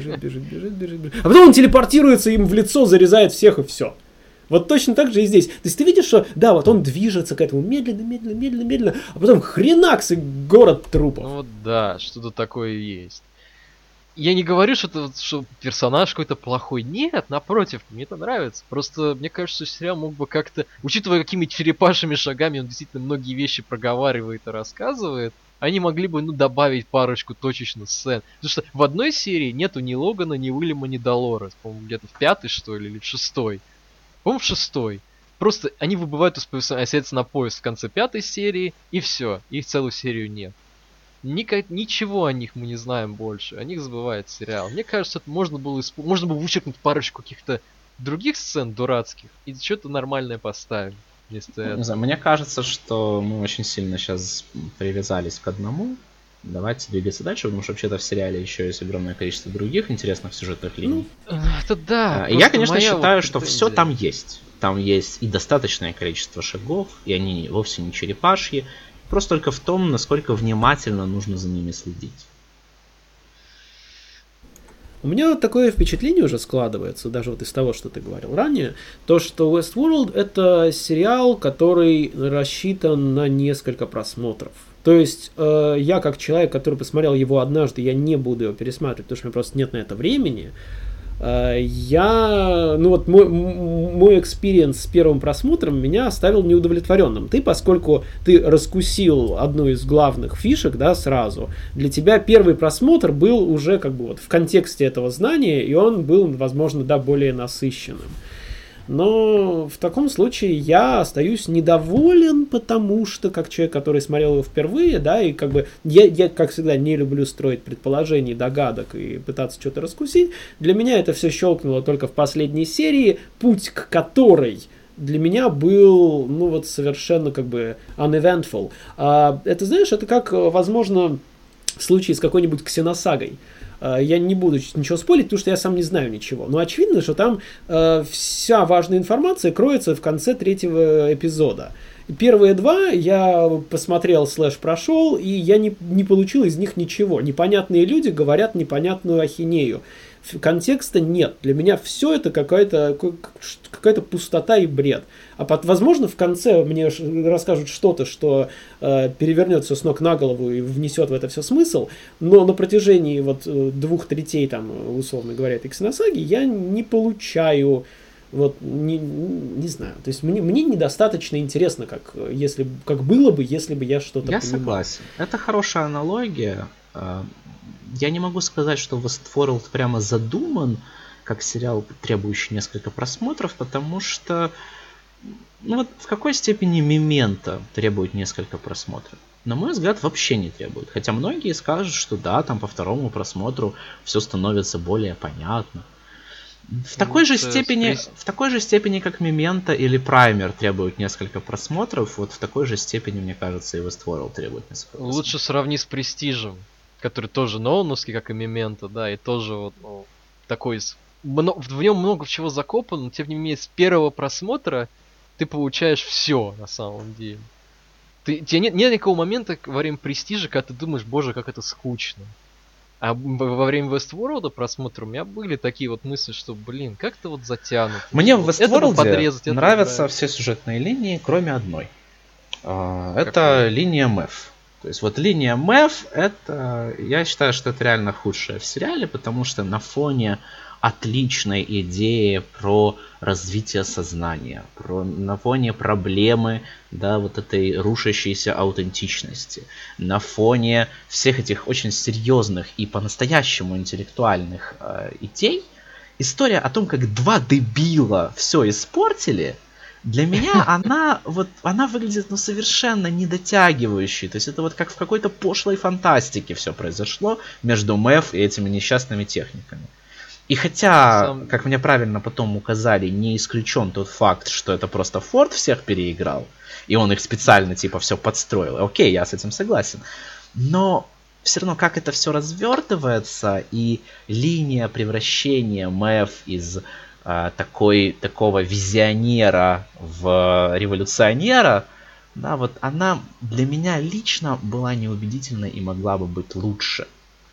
а потом он телепортируется, им в лицо зарезает всех и все. Вот точно так же и здесь. То есть ты видишь, что, да, вот он движется к этому медленно, а потом хренакс и город трупов. Ну вот да, что-то такое есть. Я не говорю, что персонаж какой-то плохой. Нет, напротив, мне это нравится. Просто мне кажется, что сериал мог бы как-то, учитывая какими черепашьими шагами он действительно многие вещи проговаривает и рассказывает, они могли бы, добавить парочку точечно сцен. Потому что в одной серии нету ни Логана, ни Уильяма, ни Долорес. По-моему, где-то в 5-й, что ли, или в 6-й. По-моему, в 6-й. Просто они выбывают из повествования на поезд в конце 5-й серии, и все. Их целую серию нет. Ничего о них мы не знаем больше. О них забывает сериал. Мне кажется, это можно было вычеркнуть парочку каких-то других сцен дурацких и что-то нормальное поставить вместо этого. Не знаю, мне кажется, что мы очень сильно сейчас привязались к одному. Давайте двигаться дальше, потому что вообще-то в сериале еще есть огромное количество других интересных сюжетных линий. Это да. Я, конечно, считаю, что все там есть. Там есть и достаточное количество шагов, и они вовсе не черепашьи. Просто только в том, насколько внимательно нужно за ними следить. У меня вот такое впечатление уже складывается, даже вот из того, что ты говорил ранее, то, что Westworld — это сериал, который рассчитан на несколько просмотров. То есть я как человек, который посмотрел его однажды, я не буду его пересматривать, потому что у меня просто нет на это времени. Мой экспириенс с первым просмотром меня оставил неудовлетворенным. Поскольку ты раскусил одну из главных фишек, да, сразу, для тебя первый просмотр был уже как бы вот в контексте этого знания, и он был, возможно, да, более насыщенным. Но в таком случае я остаюсь недоволен, потому что, как человек, который смотрел его впервые, да, и как бы я, как всегда, не люблю строить предположений, догадок и пытаться что-то раскусить. Для меня это все щелкнуло только в последней серии, путь к которой для меня был, ну вот, совершенно как бы uneventful. Это, знаешь, это как, возможно, в случае с какой-нибудь ксеносагой. Я не буду ничего спорить, потому что я сам не знаю ничего. Но очевидно, что там вся важная информация кроется в конце 3-го эпизода. Первые 2 я посмотрел / прошел, и я не получил из них ничего. Непонятные люди говорят непонятную ахинею. Контекста нет. Для меня все это какая-то пустота и бред. Возможно, в конце мне расскажут что-то, что перевернет все с ног на голову и внесет в это все смысл, но на протяжении вот 2/3, там, условно говоря, этой ксеносаги я не получаю, вот, не знаю. То есть мне недостаточно интересно, как было бы, если бы я что-то понимал. Я согласен. Это хорошая аналогия. Я не могу сказать, что Westworld прямо задуман как сериал, требующий несколько просмотров, потому что в какой степени Мементо требует несколько просмотров? На мой взгляд, вообще не требует. Хотя многие скажут, что да, там по 2-му просмотру все становится более понятно. В такой же степени, как Мементо или Праймер требуют несколько просмотров, вот в такой же степени, мне кажется, и Westworld требует несколько просмотров. Лучше сравни с Престижем, который тоже нолановский, как и Мементо, да, и тоже вот такой... В нем много чего закопано, но тем не менее с первого просмотра ты получаешь все на самом деле. Тебе нет никакого момента во время Престижа, когда ты думаешь, боже, как это скучно. А во время Westworld просмотра у меня были такие вот мысли, что, как-то вот затянут. Мне в Westworld нравятся все сюжетные линии, кроме одной. Это линия Мэв. То есть вот линия Мэв, я считаю, что это реально худшее в сериале, потому что на фоне отличной идеи про развитие сознания, на фоне проблемы, да, вот этой рушащейся аутентичности, на фоне всех этих очень серьезных и по-настоящему интеллектуальных идей, история о том, как 2 дебила все испортили, для меня она выглядит совершенно недотягивающей. То есть это вот как в какой-то пошлой фантастике все произошло между Мэв и этими несчастными техниками. И хотя, как мне правильно потом указали, не исключен тот факт, что это просто Форд всех переиграл, и он их специально типа все подстроил. Окей, я с этим согласен. Но все равно, как это все развертывается, и линия превращения Мэв из такого визионера в революционера, да, вот она для меня лично была неубедительной и могла бы быть лучше.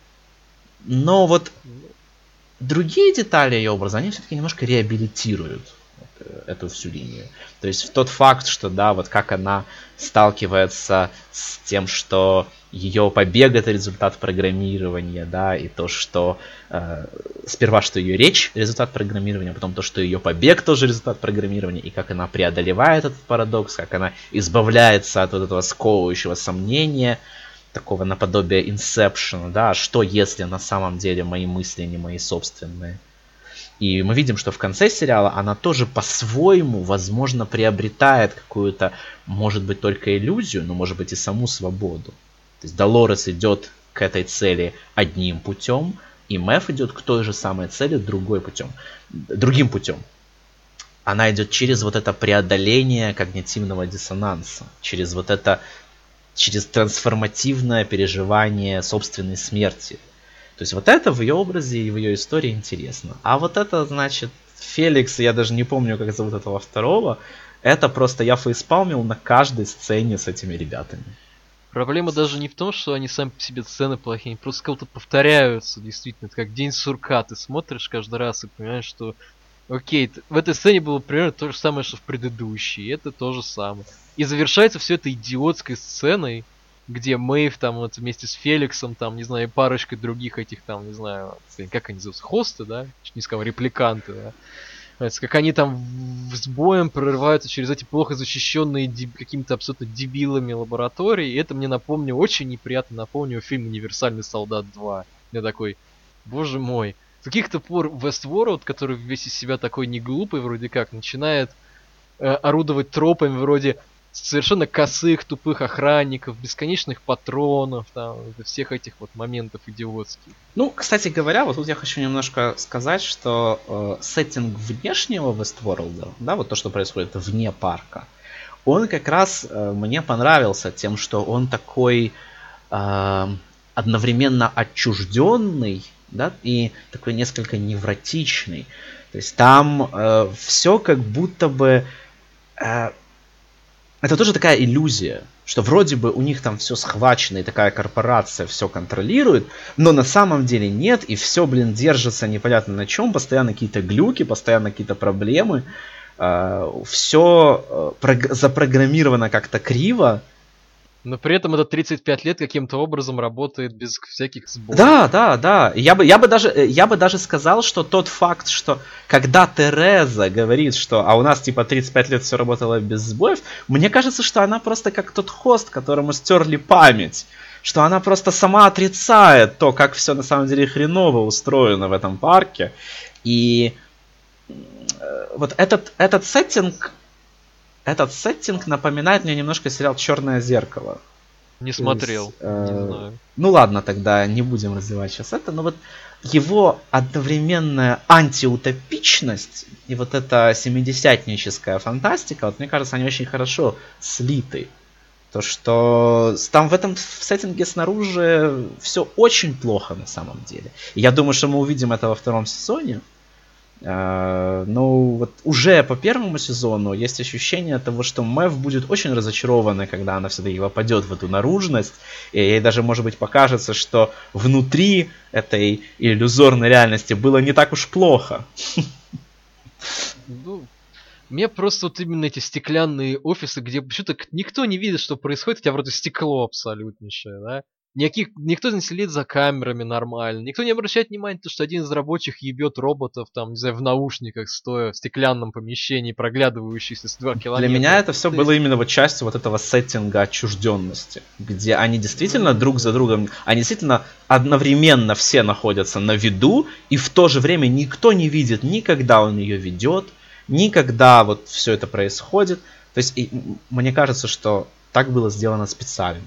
Но вот другие детали ее образа, они все-таки немножко реабилитируют эту всю линию. То есть тот факт, что, да, вот как она сталкивается с тем, что ее побег — это результат программирования, да, и то, что сперва, что ее речь — результат программирования, потом то, что ее побег тоже результат программирования, и как она преодолевает этот парадокс, как она избавляется от вот этого сковывающего сомнения, такого наподобие Inception, да, что если на самом деле мои мысли не мои собственные. И мы видим, что в конце сериала она тоже по-своему, возможно, приобретает какую-то, может быть, только иллюзию, но, может быть, и саму свободу. То есть Долорес идет к этой цели одним путем, и Мэв идет к той же самой цели другим путем. Она идет через вот это преодоление когнитивного диссонанса, через трансформативное переживание собственной смерти. То есть вот это в ее образе и в ее истории интересно. А вот это, значит, Феликс, я даже не помню, как зовут этого второго, это просто я фейспалмил на каждой сцене с этими ребятами. Проблема даже не в том, что они сами по себе сцены плохие, они просто как-то повторяются, действительно. Это как День сурка, ты смотришь каждый раз и понимаешь, что окей, в этой сцене было примерно то же самое, что в предыдущей, и это то же самое. И завершается все это идиотской сценой, где Мэйв там вот вместе с Феликсом, там, не знаю, и парочкой других этих там, не знаю, как они зовутся, хосты, да? Чуть не сказал, репликанты, да? Как они там с боем прорываются через эти плохо защищенные какими-то абсолютно дебилами лаборатории. И это мне напомнило, очень неприятно напомнило фильм «Универсальный солдат 2». Я такой, боже мой. С каких-то пор Westworld, который весь из себя такой неглупый вроде как, начинает орудовать тропами вроде совершенно косых, тупых охранников, бесконечных патронов, там, всех этих вот моментов идиотских. Ну, кстати говоря, вот тут я хочу немножко сказать, что сеттинг внешнего Westworld, да, вот то, что происходит вне парка, он как раз мне понравился тем, что он такой одновременно отчужденный, да, и такой несколько невротичный. То есть там все как будто бы... это тоже такая иллюзия, что вроде бы у них там все схвачено, и такая корпорация все контролирует, но на самом деле нет, и все, блин, держится непонятно на чем, постоянно какие-то глюки, постоянно какие-то проблемы, все запрограммировано как-то криво. Но при этом это 35 лет каким-то образом работает без всяких сбоев. Да. Я бы даже сказал, что тот факт, что когда Тереза говорит, что а у нас типа 35 лет все работало без сбоев, мне кажется, что она просто как тот хост, которому стерли память. Что она просто сама отрицает то, как все на самом деле хреново устроено в этом парке. И вот этот сеттинг напоминает мне немножко сериал «Черное зеркало». Не смотрел, не знаю. Ну ладно, тогда не будем развивать сейчас это. Но вот его одновременная антиутопичность и вот эта 70-ническая фантастика, вот мне кажется, они очень хорошо слиты. То, что там в этом сеттинге снаружи все очень плохо на самом деле. И я думаю, что мы увидим это во втором сезоне. Ну, вот уже по первому сезону есть ощущение того, что Мэв будет очень разочарована, когда она все-таки попадет в эту наружность. И ей даже, может быть, покажется, что внутри этой иллюзорной реальности было не так уж плохо. Ну, мне просто вот именно эти стеклянные офисы, где почему-то никто не видит, что происходит, хотя вроде стекло абсолютнейшее, да? Никто не следит за камерами нормально. Никто не обращает внимания на то, что один из рабочих ебет роботов, там, не знаю, в наушниках, стоя в стеклянном помещении, проглядывающихся с 2 километра. Для меня это все было именно вот частью вот этого сеттинга отчужденности, где они действительно друг за другом, они действительно одновременно все находятся на виду, и в то же время никто не видит ни когда он ее ведет, ни когда вот все это происходит. То есть мне кажется, что так было сделано специально.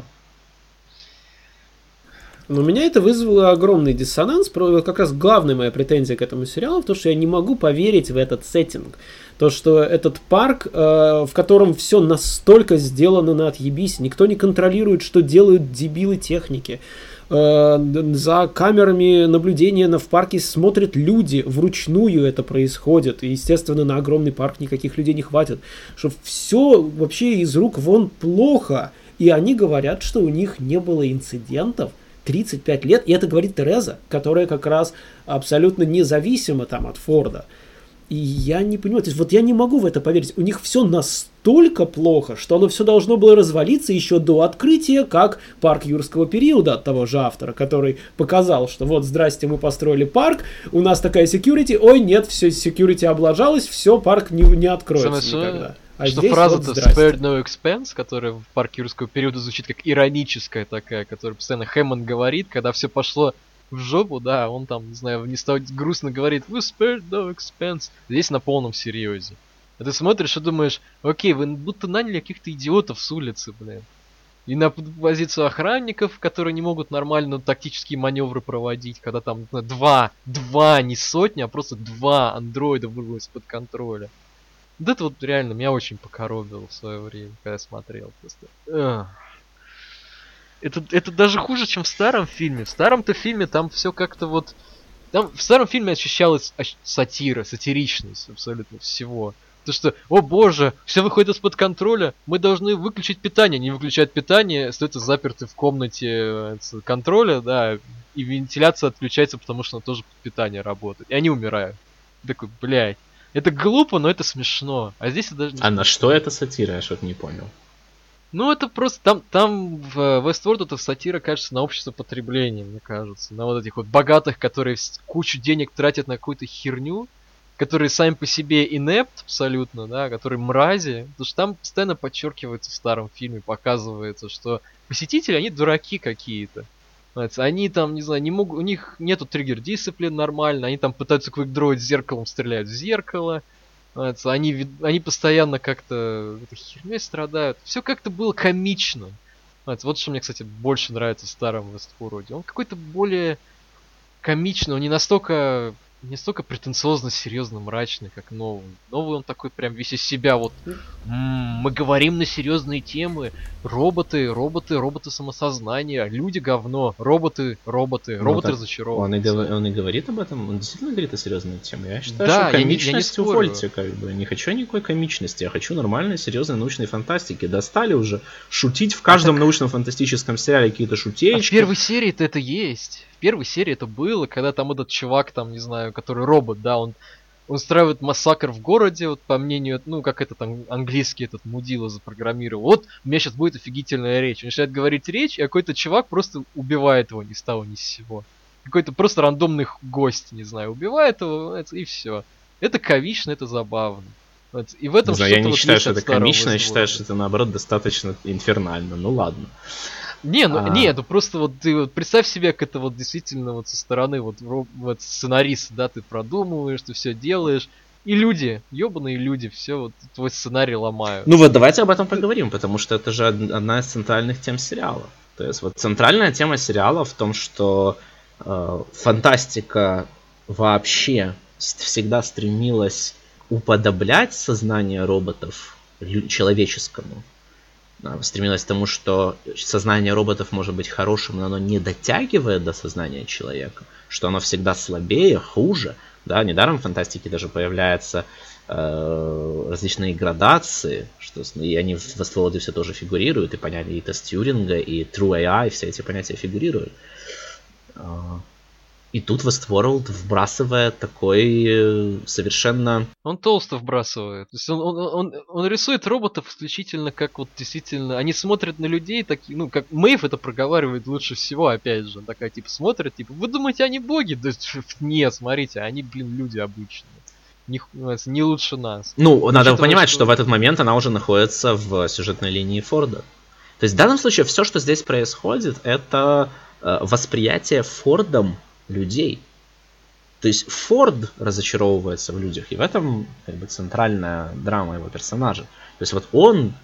Но у меня это вызвало огромный диссонанс. Как раз главная моя претензия к этому сериалу в том, что я не могу поверить в этот сеттинг. То, что этот парк, в котором все настолько сделано на отъебись, никто не контролирует, что делают дебилы техники. За камерами наблюдения в парке смотрят люди, вручную это происходит. И, естественно, на огромный парк никаких людей не хватит. Что все вообще из рук вон плохо. И они говорят, что у них не было инцидентов 35 лет, и это говорит Тереза, которая как раз абсолютно независима там от Форда. И я не понимаю, то есть вот я не могу в это поверить. У них все настолько плохо, что оно все должно было развалиться еще до открытия, как парк юрского периода от того же автора, который показал, что вот, здрасте, мы построили парк, у нас такая security, ой, нет, все security облажалось, все, парк не откроется никогда. А что фраза-то вот «spared no expense», которая в парке юрского периода звучит как ироническая такая, которую постоянно Хэммонд говорит, когда все пошло в жопу, да, он там, не знаю, не стал грустно говорит «we spared no expense». Здесь на полном серьезе. А ты смотришь и думаешь, окей, вы будто наняли каких-то идиотов с улицы, блин. И на позицию охранников, которые не могут нормально тактические маневры проводить, когда там два, не сотни, а просто 2 андроида вырвалось из-под контроля. Вот это вот реально меня очень покоробило в свое время, когда я смотрел. Просто. Это даже хуже, чем в старом фильме. В старом-то фильме там все как-то вот... Там в старом фильме ощущалась сатира, сатиричность абсолютно всего. То, что, о боже, все выходит из-под контроля, мы должны выключить питание. Не выключают питание, остаются заперты в комнате контроля, да, и вентиляция отключается, потому что она тоже под питание работает. И они умирают. Такой, блядь. Это глупо, но это смешно. А здесь это даже не А на смешно. что это сатира, я что-то не понял. Ну, это просто... Там в Westworld это сатира, кажется, на общество потребления, мне кажется. На вот этих вот богатых, которые кучу денег тратят на какую-то херню, которые сами по себе инепт абсолютно, да, которые мрази. Потому что там постоянно подчеркивается в старом фильме, показывается, что посетители, они дураки какие-то. Понимаете, они там, не знаю, не могут, у них нету триггер-дисциплин нормально, они там пытаются квикдроить зеркалом, стреляют в зеркало. Понимаете, они постоянно как-то этой херней страдают. Все как-то было комично. Понимаете, вот что мне, кстати, больше нравится в старом Westworld. Он какой-то более комичный, он не настолько претенциозно, серьезно, мрачный, как новый. Новый он такой прям весь из себя вот. Мы говорим на серьезные темы. Роботы самосознания, люди говно, роботы так разочарованы. Он и говорит об этом, он действительно говорит о серьезной теме. Я считаю, Да, что я не комичность спорю. увольте, как бы. Не хочу никакой комичности, я хочу нормальной, серьезной научной фантастики. Достали уже шутить в каждом научном фантастическом сериале какие-то А в шутеечки. первой серии-то это есть. В первой серии это было, когда там этот чувак, там, не знаю, который робот, да, он устраивает массакр в городе, вот по мнению, ну, как это там, английский этот мудила запрограммировал. Вот, у меня сейчас будет офигительная речь. Он начинает говорить речь, и какой-то чувак просто убивает его ни с того ни с сего. Какой-то просто рандомный гость, не знаю, убивает его, и все. Это комично, это забавно. И в этом Не знаю, я что-то не вот считаю, есть что от это старого комично, я считаю, Westworld. что это наоборот достаточно инфернально. Ну ладно. Не, ну А. не, ну просто вот ты вот представь себе, как это вот действительно вот со стороны вот сценариста, да, ты продумываешь, ты все делаешь, и люди, ёбаные люди, все вот твой сценарий ломают. Ну вот давайте об этом поговорим, потому что это же одна из центральных тем сериала. То есть вот центральная тема сериала в том, что фантастика вообще всегда стремилась уподоблять сознание роботов человеческому. Стремилась к тому, что сознание роботов может быть хорошим, но оно не дотягивает до сознания человека, что оно всегда слабее, хуже. Да, недаром в фантастике даже появляются различные градации, что, и они в Westworld все тоже фигурируют, и понятия и тест Тьюринга, и True AI, все эти понятия фигурируют. И тут Westworld вбрасывает такой совершенно... Он толсто вбрасывает. То есть он рисует роботов исключительно как вот действительно... Они смотрят на людей такие, ну, как Мэйв это проговаривает лучше всего, опять же. Такая, типа, смотрит, типа, вы думаете, они боги? Да нет, смотрите, они, блин, люди обычные. Не лучше нас. Ну, надо понимать, что что в этот момент она уже находится в сюжетной линии Форда. То есть в данном случае все, что здесь происходит, это восприятие Фордом людей. То есть Форд разочаровывается в людях, и в этом как бы центральная драма его персонажа. То есть вот он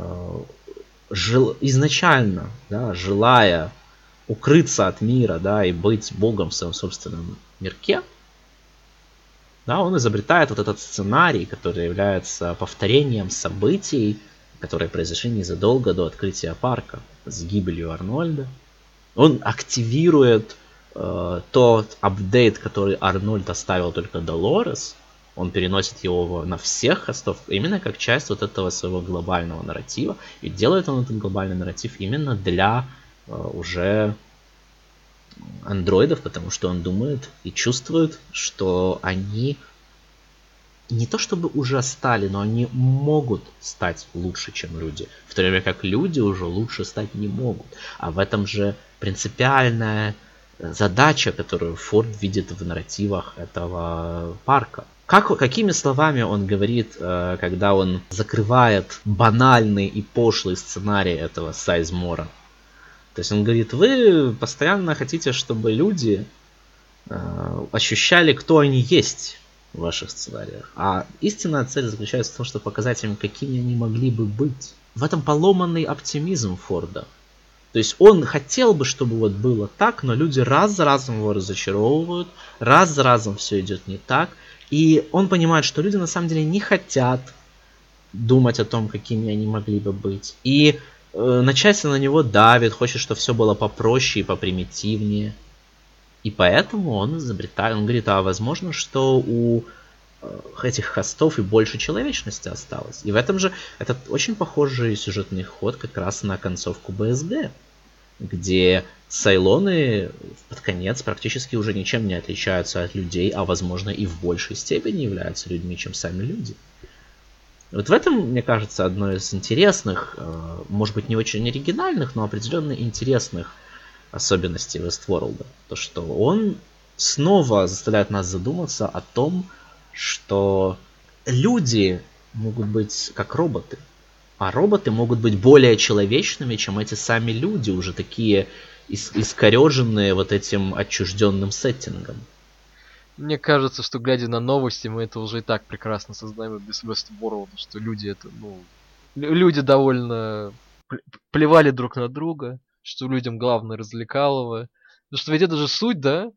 изначально, да, желая укрыться от мира, да, и быть богом в своем собственном мирке, да, он изобретает вот этот сценарий, который является повторением событий, которые произошли незадолго до открытия парка с гибелью Арнольда. Он активирует тот апдейт, который Арнольд оставил только Долорес, он переносит его на всех хостов, именно как часть вот этого своего глобального нарратива. И делает он этот глобальный нарратив именно для уже андроидов, потому что он думает и чувствует, что они не то чтобы уже стали, но они могут стать лучше, чем люди. В то время как люди уже лучше стать не могут. А в этом же принципиальная задача, которую Форд видит в нарративах этого парка. Какими словами он говорит, когда он закрывает банальный и пошлый сценарий этого Сайзмора? То есть он говорит, вы постоянно хотите, чтобы люди ощущали, кто они есть в ваших сценариях. А истинная цель заключается в том, чтобы показать им, какими они могли бы быть. В этом поломанный оптимизм Форда. То есть он хотел бы, чтобы вот было так, но люди раз за разом его разочаровывают, раз за разом все идет не так. И он понимает, что люди на самом деле не хотят думать о том, какими они могли бы быть. И начальство на него давит, хочет, чтобы все было попроще и попримитивнее. И поэтому он изобретает, он говорит, а возможно, что у этих хостов и больше человечности осталось. И в этом же это очень похожий сюжетный ход как раз на концовку БСГ, где сайлоны под конец практически уже ничем не отличаются от людей, а возможно и в большей степени являются людьми, чем сами люди. Вот в этом, мне кажется, одно из интересных, может быть не очень оригинальных, но определенно интересных особенностей Westworld. То, что он снова заставляет нас задуматься о том, что люди могут быть как роботы, а роботы могут быть более человечными, чем эти сами люди, уже такие искореженные вот этим отчужденным сеттингом. Мне кажется, что глядя на новости, мы это уже и так прекрасно сознаем без Westworld, что люди это, люди довольно плевали друг на друга, что людям главное развлекалово. Потому что ведь это же суть, да?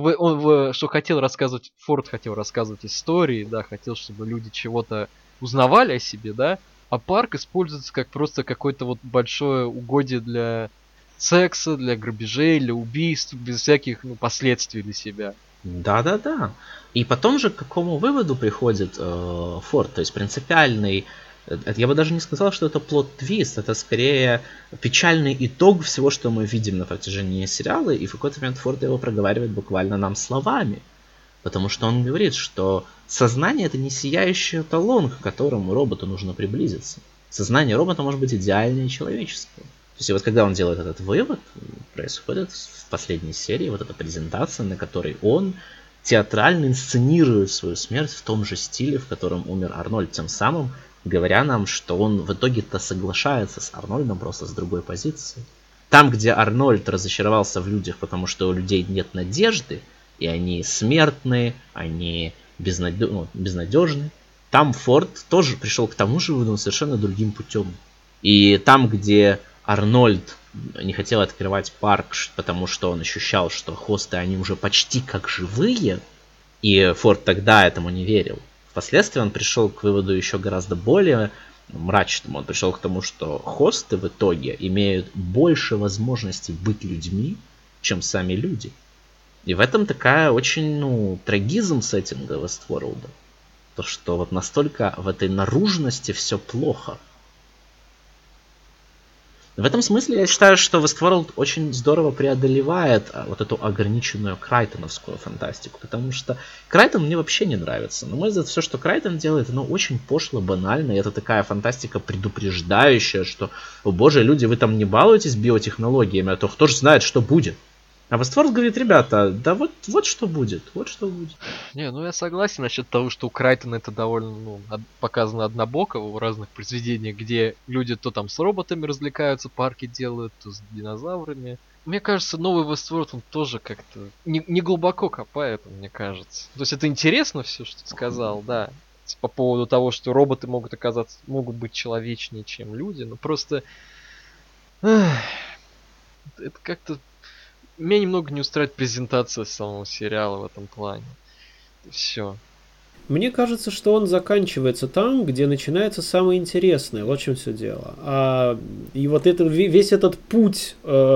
Что хотел рассказывать, Форд хотел рассказывать истории, да, хотел, чтобы люди чего-то узнавали о себе, да? А парк используется как просто какое-то вот большое угодье для секса, для грабежей, для убийств, без всяких последствий для себя. Да. И потом же к какому выводу приходит Форд? То есть принципиальный, я бы даже не сказал, что это плот-твист, это скорее печальный итог всего, что мы видим на протяжении сериала, и в какой-то момент Форд его проговаривает буквально нам словами. Потому что он говорит, что сознание это не сияющий эталон, к которому роботу нужно приблизиться. Сознание робота может быть идеальное и человеческое. То есть вот когда он делает этот вывод, происходит в последней серии вот эта презентация, на которой он театрально инсценирует свою смерть в том же стиле, в котором умер Арнольд, тем самым говоря нам, что он в итоге-то соглашается с Арнольдом просто с другой позиции. Там, где Арнольд разочаровался в людях, потому что у людей нет надежды, и они смертные, они безнадежны, там Форд тоже пришел к тому же выводу совершенно другим путем. И там, где Арнольд не хотел открывать парк, потому что он ощущал, что хосты, они уже почти как живые, и Форд тогда этому не верил. Впоследствии он пришел к выводу еще гораздо более мрачному. Он пришел к тому, что хосты в итоге имеют больше возможностей быть людьми, чем сами люди. И в этом такая очень, трагизм сеттинга Westworld. То, что вот настолько в этой наружности все плохо. В этом смысле я считаю, что Westworld очень здорово преодолевает вот эту ограниченную крайтоновскую фантастику, потому что Крайтон мне вообще не нравится. На мой взгляд, все, что Крайтон делает, оно очень пошло, банально, и это такая фантастика предупреждающая, что, о боже, люди, вы там не балуетесь биотехнологиями, а то кто же знает, что будет. А Westworld говорит, ребята, да вот что будет, вот что будет. Не, я согласен насчет того, что у Крайтона это довольно, показано однобоко в разных произведениях, где люди то там с роботами развлекаются, парки делают, то с динозаврами. Мне кажется, новый Westworld, он тоже как-то не глубоко копает, мне кажется. То есть это интересно все, что ты сказал, да. По поводу того, что роботы могут быть человечнее, чем люди, но просто... это как-то... Меня немного не устраивает презентация самого сериала в этом плане. Все. Мне кажется, что он заканчивается там, где начинается самое интересное. Вот в чем все дело. И вот весь этот путь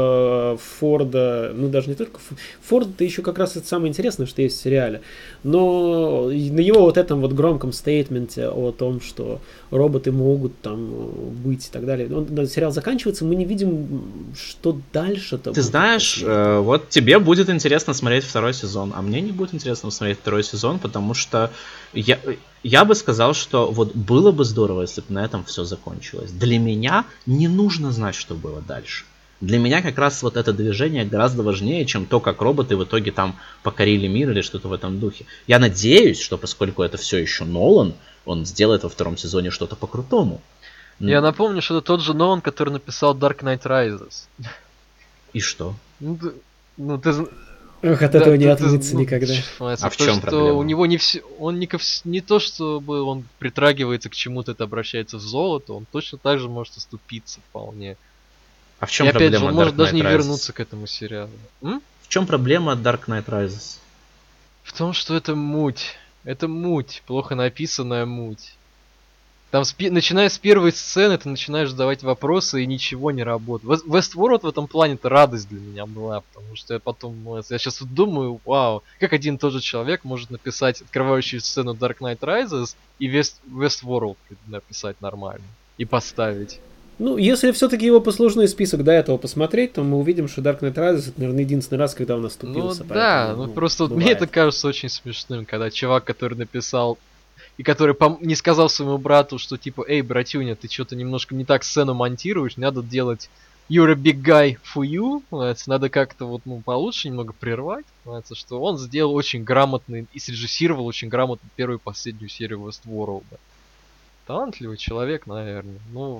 Форда, даже не только Форд, это еще как раз это самое интересное, что есть в сериале. Но на его вот этом вот громком стейтменте о том, что роботы могут там быть и так далее. Сериал заканчивается, мы не видим, что дальше-то. Ты знаешь, вот тебе будет интересно смотреть второй сезон, а мне не будет интересно смотреть второй сезон, потому что я бы сказал, что вот было бы здорово, если бы на этом все закончилось. Для меня не нужно знать, что было дальше. Для меня как раз вот это движение гораздо важнее, чем то, как роботы в итоге там покорили мир или что-то в этом духе. Я надеюсь, что поскольку это все еще Нолан, он сделает во втором сезоне что-то по-крутому. Я напомню, что это тот же Нолан, который написал Dark Knight Rises. И что? Ты... Ох, от этого не отмыться никогда. А в чем проблема? У него не все, он не то, чтобы он притрагивается к чему-то, это обращается в золото, он точно так же может оступиться вполне. А в чем и опять проблема же, он Dark может Knight даже не Rises? вернуться к этому сериалу. В чем проблема Dark Knight Rises? В том, что это муть. Это муть. Плохо написанная муть. Там начиная с первой сцены ты начинаешь задавать вопросы и ничего не работает. Westworld в этом плане-то радость для меня была, потому что я потом, я сейчас вот думаю, вау, как один и тот же человек может написать открывающую сцену Dark Knight Rises и Westworld написать нормально и поставить. Ну, если все-таки его послужной список до этого посмотреть, то мы увидим, что Dark Knight Rises это, наверное, единственный раз, когда он наступился. Ну да, ну просто вот мне это кажется очень смешным, когда чувак, который написал и который не сказал своему брату, что типа, эй, братюня, ты что-то немножко не так сцену монтируешь, надо делать You're a big guy for you, надо как-то вот, получше немного прервать, что он сделал очень грамотный и срежиссировал очень грамотно первую и последнюю серию Westworld. Талантливый человек, наверное. Ну,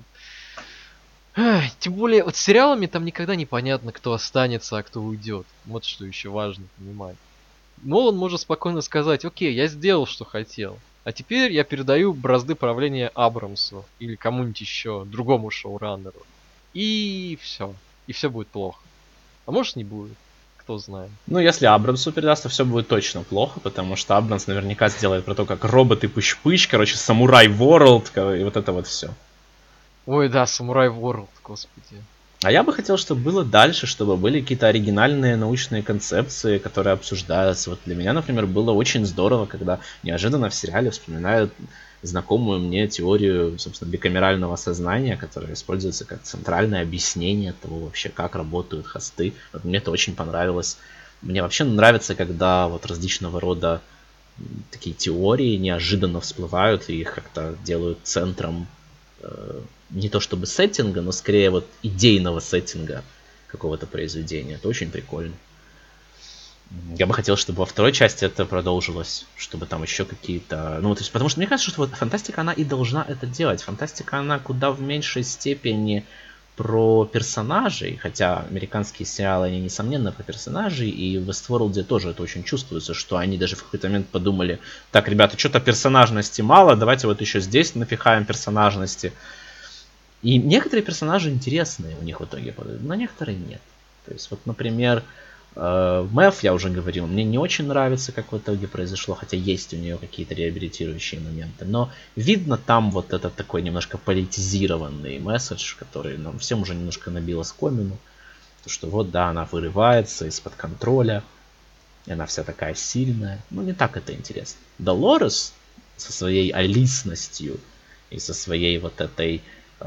тем более, вот с сериалами там никогда непонятно, кто останется, а кто уйдет. Вот что еще важно понимать. Нолан может спокойно сказать, окей, я сделал, что хотел. А теперь я передаю бразды правления Абрамсу или кому-нибудь еще, другому шоураннеру. И все. И все будет плохо. А может не будет. Кто знает. Ну, если Абрамсу передаст, то все будет точно плохо, потому что Абрамс наверняка сделает про то, как роботы пыщ-пыщ, короче, Самурай Ворлд, и вот это вот все. Ой, да, Самурай Ворлд, господи. А я бы хотел, чтобы было дальше, чтобы были какие-то оригинальные научные концепции, которые обсуждаются. Вот для меня, например, было очень здорово, когда неожиданно в сериале вспоминают знакомую мне теорию, собственно, бикамерального сознания, которая используется как центральное объяснение того вообще, как работают хосты. Вот мне это очень понравилось. Мне вообще нравится, когда вот различного рода такие теории неожиданно всплывают и их как-то делают центром не то чтобы сеттинга, но скорее вот идейного сеттинга какого-то произведения. Это очень прикольно. Я бы хотел, чтобы во второй части это продолжилось, чтобы там еще какие-то... Ну, то есть, потому что мне кажется, что вот фантастика, она и должна это делать. Фантастика, она куда в меньшей степени про персонажей, хотя американские сериалы, они несомненно про персонажей, и в Westworld тоже это очень чувствуется, что они даже в какой-то момент подумали, так, ребята, что-то персонажности мало, давайте вот еще здесь напихаем персонажности. И некоторые персонажи интересные у них в итоге, но некоторые нет. То есть, вот, например, Мэв, я уже говорил, мне не очень нравится, как в итоге произошло, хотя есть у нее какие-то реабилитирующие моменты. Но видно там вот этот такой немножко политизированный месседж, который нам всем уже немножко набил оскомину. То, что вот, да, она вырывается из-под контроля, и она вся такая сильная. Ну, не так это интересно. Долорес со своей алисностью и со своей вот этой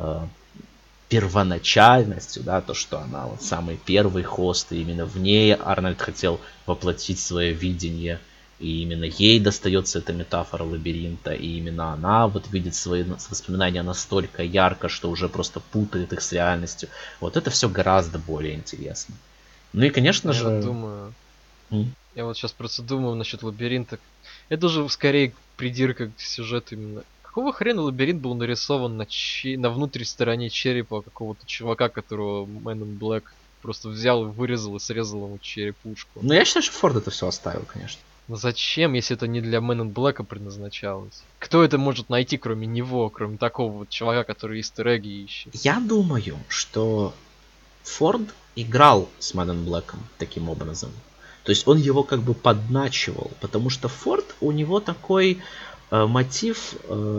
первоначальностью, да, то, что она вот самый первый хост, и именно в ней Арнольд хотел воплотить свое видение, и именно ей достается эта метафора лабиринта, и именно она вот видит свои воспоминания настолько ярко, что уже просто путает их с реальностью. Вот это все гораздо более интересно. Ну и, конечно же... Вот думаю... Я вот сейчас просто думаю насчет лабиринта. Это уже скорее придирка к сюжету именно. Какого хрена лабиринт был нарисован на внутренней стороне черепа какого-то чувака, которого Man in Black просто взял и вырезал и срезал ему черепушку? Ну, я считаю, что Форд это все оставил, конечно. Но зачем, если это не для Man in Black предназначалось? Кто это может найти, кроме него, кроме такого вот чувака, который истер-эгги ищет? Я думаю, что Форд играл с Man in Black таким образом. То есть он его как бы подначивал, потому что Форд, у него такой мотив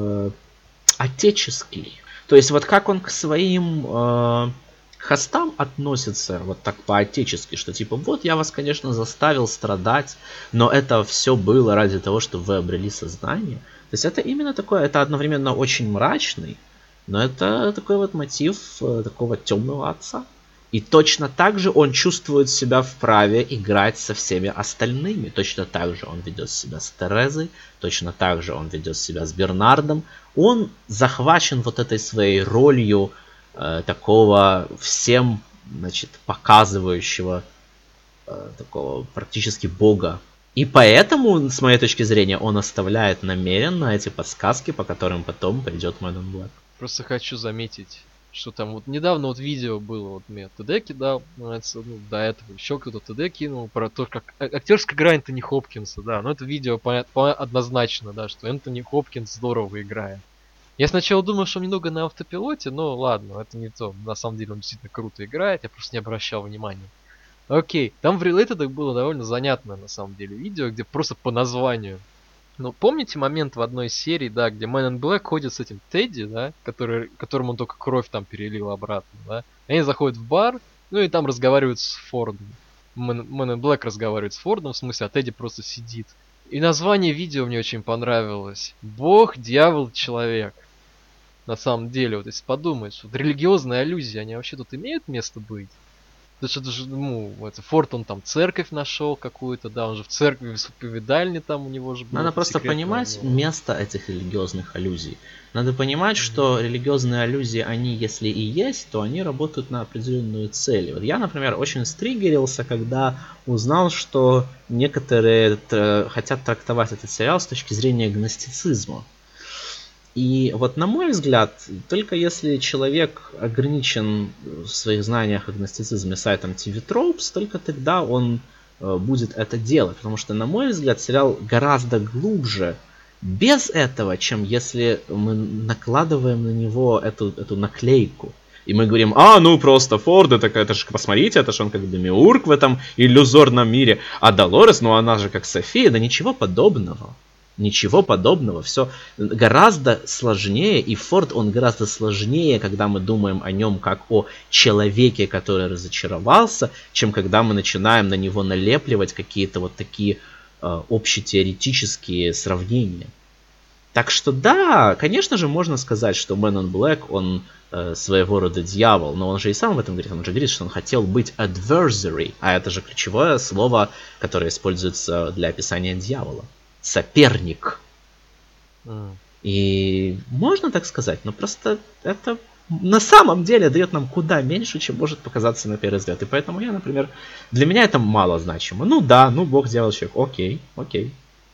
отеческий. То есть вот как он к своим хостам относится вот так по-отечески, что типа вот я вас, конечно, заставил страдать, но это все было ради того, чтобы вы обрели сознание. То есть это именно такое, это одновременно очень мрачный, но это такой вот мотив такого темного отца. И точно так же он чувствует себя вправе играть со всеми остальными. Точно так же он ведет себя с Терезой. Точно так же он ведет себя с Бернардом. Он захвачен вот этой своей ролью такого всем, значит, показывающего такого практически бога. И поэтому, с моей точки зрения, он оставляет намеренно эти подсказки, по которым потом пойдет Man in Black. Просто хочу заметить, что там вот недавно вот видео было, вот мне ТД кидал, до этого еще кто-то ТД кинул про то, как актерская игра Энтони Хопкинса, да, но это видео однозначно, да, что Энтони Хопкинс здорово играет. Я сначала думал, что он немного на автопилоте, но ладно, это не то, на самом деле он действительно круто играет, я просто не обращал внимания. Окей, там в Related было довольно занятное на самом деле видео, где просто по названию Ну, помните момент в одной серии, да, где Man in Black ходит с этим Тедди, да, которому он только кровь там перелил обратно, да? Они заходят в бар, ну и там разговаривают с Фордом. Man in Black разговаривает с Фордом, в смысле, а Тедди просто сидит. И название видео мне очень понравилось. Бог, дьявол, человек. На самом деле, вот если подумать, вот религиозные аллюзии, они вообще тут имеют место быть? Потому что даже, ну, Форд, он там церковь нашел какую-то, да, он же в церкви, в исповедальне там у него же было. Надо просто понимать место этих религиозных аллюзий. Надо понимать, что религиозные аллюзии, они, если и есть, то они работают на определенную цель. Вот я, например, очень стригерился, когда узнал, что некоторые хотят трактовать этот сериал с точки зрения гностицизма. И вот на мой взгляд, только если человек ограничен в своих знаниях о гностицизме сайтом TV Tropes, только тогда он будет это делать. Потому что, на мой взгляд, сериал гораздо глубже без этого, чем если мы накладываем на него эту наклейку. И мы говорим, ну просто Форд, это же, посмотрите, это же он как Демиург в этом иллюзорном мире. А Долорес, ну она же как София, да ничего подобного. Ничего подобного, все гораздо сложнее, и Форд, он гораздо сложнее, когда мы думаем о нем как о человеке, который разочаровался, чем когда мы начинаем на него налепливать какие-то вот такие общетеоретические сравнения. Так что да, конечно же, можно сказать, что Man in Black, он своего рода дьявол, но он же и сам в этом говорит, он же говорит, что он хотел быть adversary, а это же ключевое слово, которое используется для описания дьявола. Соперник. И можно так сказать, но просто это на самом деле дает нам куда меньше, чем может показаться на первый взгляд. И поэтому я, например, для меня это мало значимо. Ну да, ну Бог, дьявол, человек. Окей.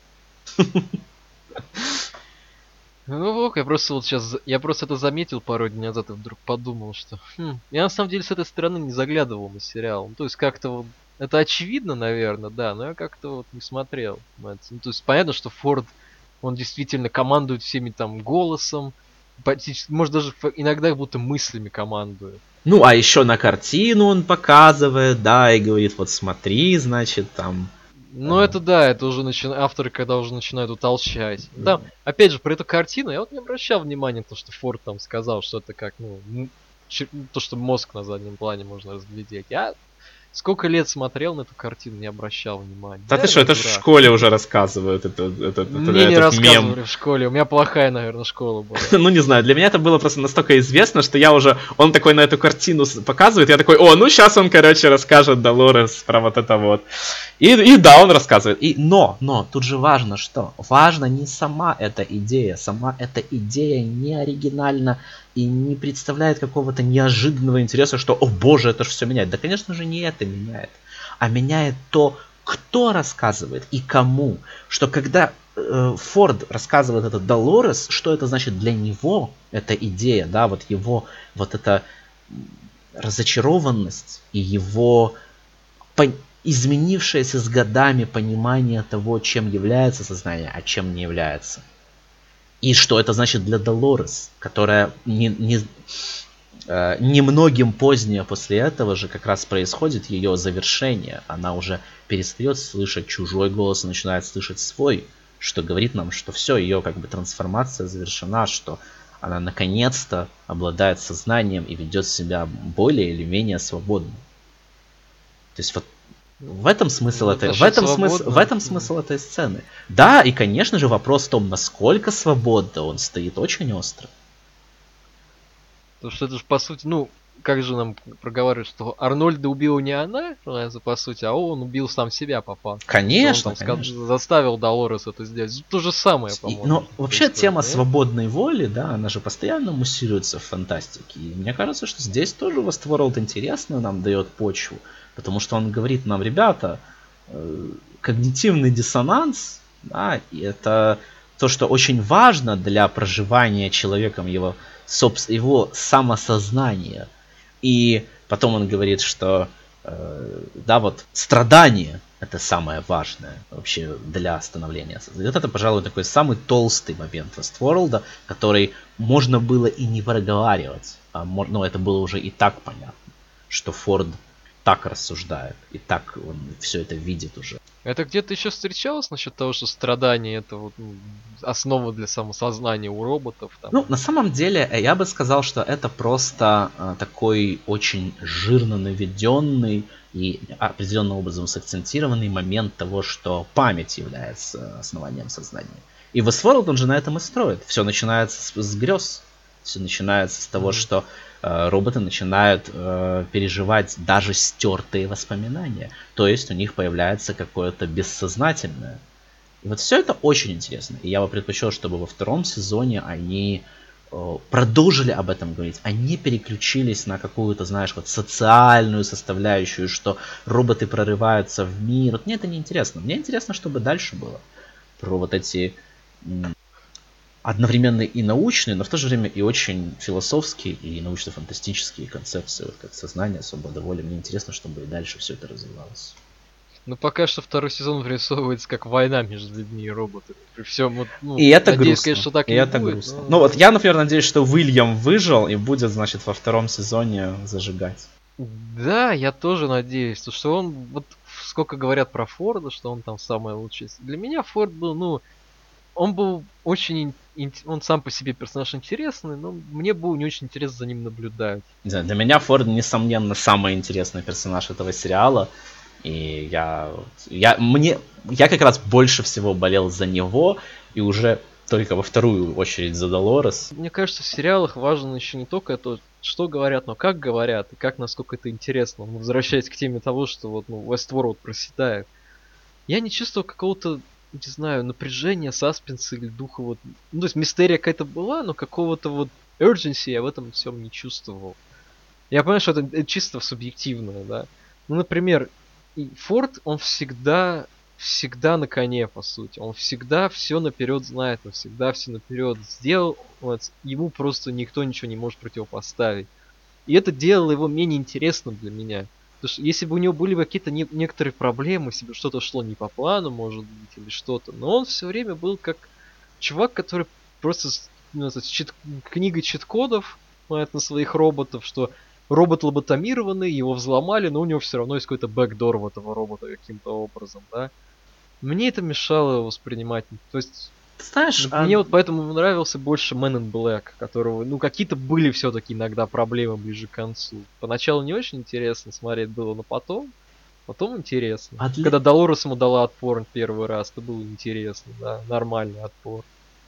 Ну, я просто это заметил пару дней назад и вдруг подумал, что я на самом деле с этой стороны не заглядывал на сериал. Ну, то есть как-то вот это очевидно, наверное, да, но я как-то вот не смотрел. Ну, то есть понятно, что Форд, он действительно командует всеми там голосом, может даже иногда будто мыслями командует. Ну, а еще на картину он показывает, да, и говорит, вот смотри, значит, там... Ну, это да, это уже авторы, когда уже начинают утолщать. Да, опять же, про эту картину я вот не обращал внимания на то, что Форд там сказал, что это как, то, что мозг на заднем плане можно разглядеть. Я сколько лет смотрел на эту картину, не обращал внимания. Да ты что, это в школе уже рассказывают. Мне не рассказывали в школе, у меня плохая, наверное, школа была. Ну не знаю, для меня это было просто настолько известно, что я уже, он такой на эту картину показывает, я такой, ну сейчас он, короче, расскажет Долорес про вот это вот. И да, он рассказывает. Но, тут же важно что? Важно не сама эта идея не оригинальна и не представляет какого-то неожиданного интереса, что, о боже, это же все меняет. Да, конечно же, не это меняет, а меняет то, кто рассказывает и кому. Что когда Форд рассказывает это Долорес, что это значит для него, эта идея, да, вот его вот эта разочарованность и его изменившееся с годами понимание того, чем является сознание, а чем не является. И что это значит для Долорес, которая немногим позднее после этого же как раз происходит ее завершение. Она уже перестает слышать чужой голос и начинает слышать свой, что говорит нам, что все, ее как бы трансформация завершена, что она наконец-то обладает сознанием и ведет себя более или менее свободно. То есть вот в этом смысл смысл этой сцены. Да, и конечно же вопрос в том, насколько свободно он стоит очень остро. Потому что это же по сути, как же нам проговаривают, что Арнольда убила не она, по сути, а он убил сам себя, по факту. Конечно, он там заставил Долорес это сделать. То же самое, по-моему. Но вообще тема свободной воли, да, она же постоянно муссируется в фантастике. И мне кажется, что здесь тоже Westworld интересно нам дает почву. Потому что он говорит нам, ребята, когнитивный диссонанс, да, и это то, что очень важно для проживания человеком его самосознания. И потом он говорит, что да, вот страдание — это самое важное вообще для становления сознания. Вот это, пожалуй, такой самый толстый момент Westworld, который можно было и не проговаривать. Но это было уже и так понятно, что Форд так рассуждает, и так он все это видит уже. Это где-то еще встречалось насчет того, что страдание это вот основа для самосознания у роботов? Там? Ну, на самом деле, я бы сказал, что это просто такой очень жирно наведенный и определенным образом сакцентированный момент того, что память является основанием сознания. И Westworld, он же на этом и строит. Все начинается с грез. Все начинается с того, что роботы начинают переживать даже стертые воспоминания. То есть у них появляется какое-то бессознательное. И вот все это очень интересно. И я бы предпочел, чтобы во втором сезоне они продолжили об этом говорить. Они переключились на какую-то, знаешь, вот социальную составляющую, что роботы прорываются в мир. Вот мне это не интересно. Мне интересно, чтобы дальше было. Про вот эти одновременно и научные, но в то же время и очень философские и научно-фантастические концепции, вот как сознание, свобода воли. Мне интересно, чтобы и дальше все это развивалось. Ну, пока что второй сезон вырисовывается как война между людьми и роботами. При всем, вот, и это надеюсь, грустно. конечно, так и не это будет. Грустно. Ну вот я, например, надеюсь, что Уильям выжил и будет, значит, во втором сезоне зажигать. Да, я тоже надеюсь, что он, вот сколько говорят про Форда, что он там самый лучший. Для меня Форд был, он был очень, он сам по себе персонаж интересный, но мне было не очень интересно за ним наблюдать. Да, для меня Форд, несомненно, самый интересный персонаж этого сериала. И я как раз больше всего болел за него, и уже только во вторую очередь за Долорес. Мне кажется, в сериалах важно еще не только то, что говорят, но как говорят, и как, насколько это интересно. Возвращаясь к теме того, что Westworld проседает. Я не чувствовал какого-то, не знаю, напряжения, саспенса или духа то есть мистерия какая-то была, но какого-то urgency я в этом всем не чувствовал. Я понимаю, что это чисто субъективное, да. Например, и Форд, он всегда на коне, по сути. Он всегда все наперед знает, он всегда все наперед сделал. Ему просто никто ничего не может противопоставить. И это делало его менее интересным для меня. Потому что если бы у него были какие-то некоторые проблемы, если бы что-то шло не по плану, может быть, или что-то, но он все время был как чувак, который просто с книгой чит-кодов на своих роботов, что робот лоботомированный, его взломали, но у него все равно есть какой-то бэкдор в этого робота каким-то образом, да. Мне это мешало воспринимать. То есть, знаешь, мне поэтому нравился больше Man in Black, которого, какие-то были все-таки иногда проблемы ближе к концу. Поначалу не очень интересно смотреть было, но потом интересно. Когда Долорес ему дала отпор первый раз, это было интересно, да, нормальный отпор.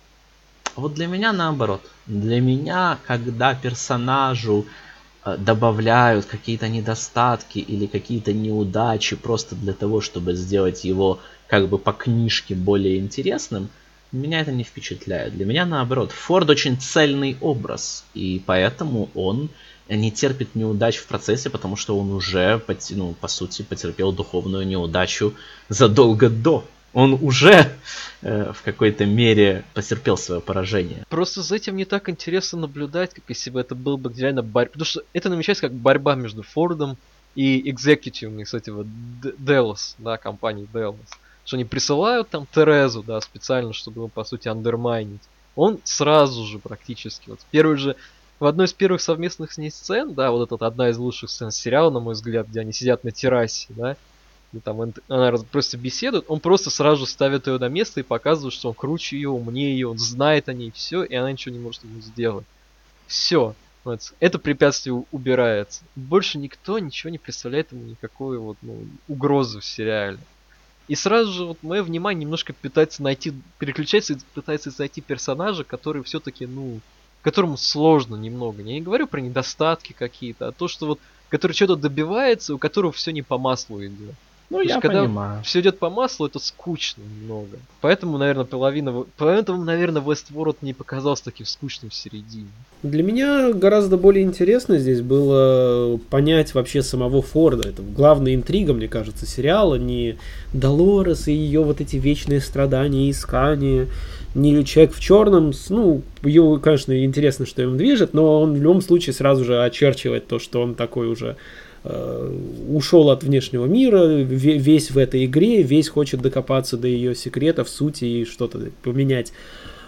Вот для меня наоборот. Для меня, когда персонажу добавляют какие-то недостатки или какие-то неудачи просто для того, чтобы сделать его как бы по книжке более интересным, меня это не впечатляет. Для меня наоборот. Форд очень цельный образ, и поэтому он не терпит неудач в процессе, потому что он уже, по сути, потерпел духовную неудачу задолго до. Он уже в какой-то мере потерпел свое поражение. Просто за этим не так интересно наблюдать, как если бы это был бы реально борьба. Потому что это намечается как борьба между Фордом и экзекутивами, кстати, Delos, да, компании Delos. Что они присылают там Терезу, да, специально, чтобы его, по сути, андермайнить. Он сразу же практически, в одной из первых совместных с ней сцен, да, вот это одна из лучших сцен сериала, на мой взгляд, где они сидят на террасе, да, и там она просто беседует, он просто сразу ставит ее на место и показывает, что он круче ее, умнее ее, он знает о ней все, и она ничего не может ему сделать. Все. Это препятствие убирается. Больше никто ничего не представляет ему никакой угрозы в сериале. И сразу же мое внимание немножко переключается и пытается найти персонажа, который все-таки, которому сложно немного. Я не говорю про недостатки какие-то, а то, что который что-то добивается, у которого все не по маслу идет. Я понимаю. Когда все идет по маслу, это скучно немного. Поэтому, наверное, Westworld не показался таким скучным в середине. Для меня гораздо более интересно здесь было понять вообще самого Форда. Это главная интрига, мне кажется, сериала. Не Долорес и ее эти вечные страдания и искания, не Человек в черном. Его, конечно, интересно, что им движет, но он в любом случае сразу же очерчивает то, что он такой уже ушел от внешнего мира, весь в этой игре, весь хочет докопаться до ее секретов, сути и что-то поменять.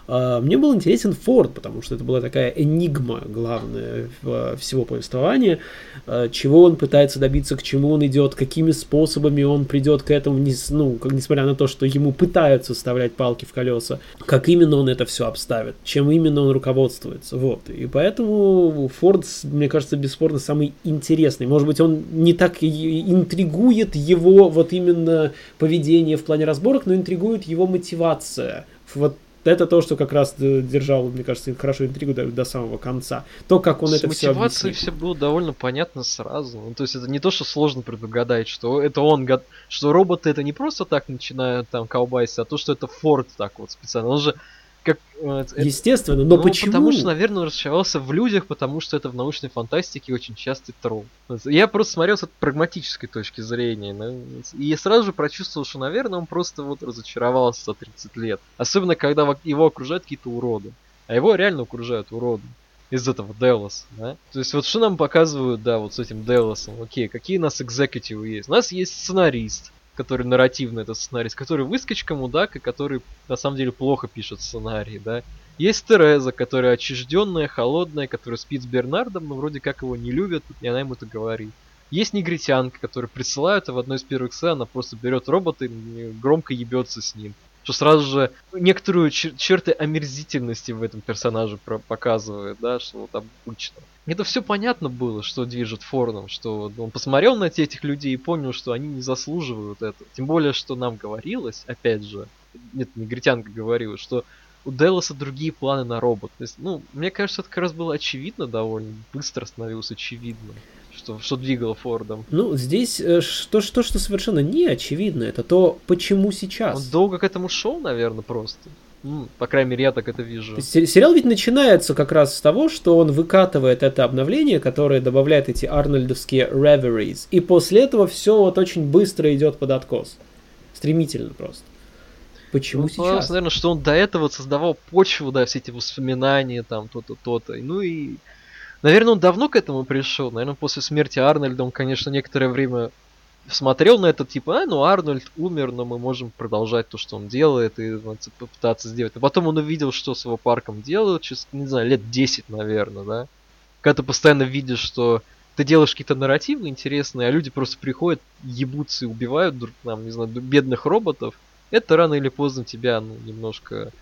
Мне был интересен Форд, потому что это была такая энигма главная всего повествования, чего он пытается добиться, к чему он идет, какими способами он придет к этому, несмотря на то, что ему пытаются вставлять палки в колеса, как именно он это все обставит, чем именно он руководствуется. Вот. И поэтому Форд, мне кажется, бесспорно самый интересный. Может быть, он не так интригует его вот именно поведение в плане разборок, но интригует его мотивация. Вот это то, что как раз держало, мне кажется, хорошо интригу до самого конца. То, как он это все объяснил. С мотивацией все было довольно понятно сразу. Ну, то есть это не то, что сложно предугадать, что это он, что роботы это не просто так начинают там колбаситься, а то, что это Форд так вот специально. Он же как... Естественно, но почему? Потому что, наверное, он разочаровался в людях, потому что это в научной фантастике очень частый троп. Я просто смотрел с прагматической точки зрения, и я сразу же прочувствовал, что, наверное, он просто вот разочаровался за 30 лет. Особенно, когда его окружают какие-то уроды. А его реально окружают уроды. Из этого Делоса, да? То есть вот что нам показывают, да, вот с этим Делосом. Окей, какие у нас экзекутивы есть? У нас есть сценарист, который нарративный этот сценарист, который выскочка, мудак, и который на самом деле плохо пишет сценарий, да. Есть Тереза, которая отчужденная, холодная, которая спит с Бернардом, но вроде как его не любят, и она ему это говорит. Есть негритянка, которую присылают, и в одной из первых сцен она просто берет робота и громко ебется с ним. Что сразу же некоторую черты омерзительности в этом персонаже показывает, да, что вот обычно. Это все понятно было, что движет Фордом, что он посмотрел на этих людей и понял, что они не заслуживают этого. Тем более, что нам говорилось, опять же, негритянка говорила, что у Делоса другие планы на робот. То есть, мне кажется, это как раз было очевидно довольно, быстро становилось очевидно, что двигало Фордом. Здесь что совершенно не очевидно, это то, почему сейчас. Он долго к этому шел, наверное, просто. По крайней мере, я так это вижу. Сериал ведь начинается как раз с того, что он выкатывает это обновление, которое добавляет эти арнольдовские reveries. И после этого все вот очень быстро идет под откос. Стремительно просто. Почему сейчас? Наверное, что он до этого создавал почву, да, все эти воспоминания, там, то-то, то-то. И... Наверное, он давно к этому пришел. Наверное, после смерти Арнольда он, конечно, некоторое время смотрел на это, типа, Арнольд умер, но мы можем продолжать то, что он делает, и попытаться сделать. А потом он увидел, что с его парком делают, через, не знаю, лет 10, наверное, да. Когда ты постоянно видишь, что ты делаешь какие-то нарративы интересные, а люди просто приходят, ебутся и убивают, там, не знаю, бедных роботов, это рано или поздно тебя, немножко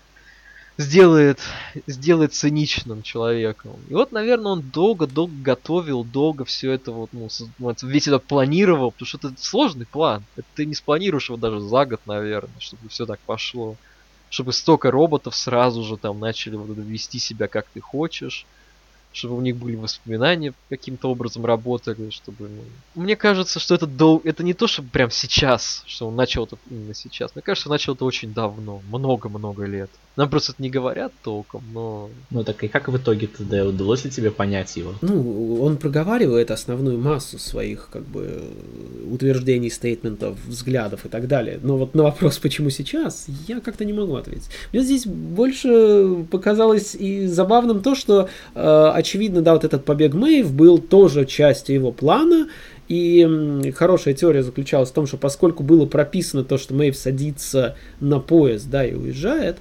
сделает циничным человеком. И вот, наверное, он долго-долго готовил, долго все это весь это планировал, потому что это сложный план. Это ты не спланируешь его даже за год, наверное, чтобы все так пошло. Чтобы столько роботов сразу же там начали вести себя как ты хочешь. Чтобы у них были воспоминания, каким-то образом работали, чтобы... Мне кажется, что это не то, что прям сейчас, что он начал это именно сейчас. Мне кажется, он начал это очень давно, много-много лет. Нам просто это не говорят толком, но... Так и как в итоге-то, да, удалось ли тебе понять его? Он проговаривает основную массу своих, утверждений, стейтментов, взглядов и так далее. Но вот на вопрос, почему сейчас, я как-то не могу ответить. Мне здесь больше показалось и забавным то, что очевидно, да, вот этот побег Мэйв был тоже частью его плана, и хорошая теория заключалась в том, что поскольку было прописано то, что Мэйв садится на поезд, да, и уезжает,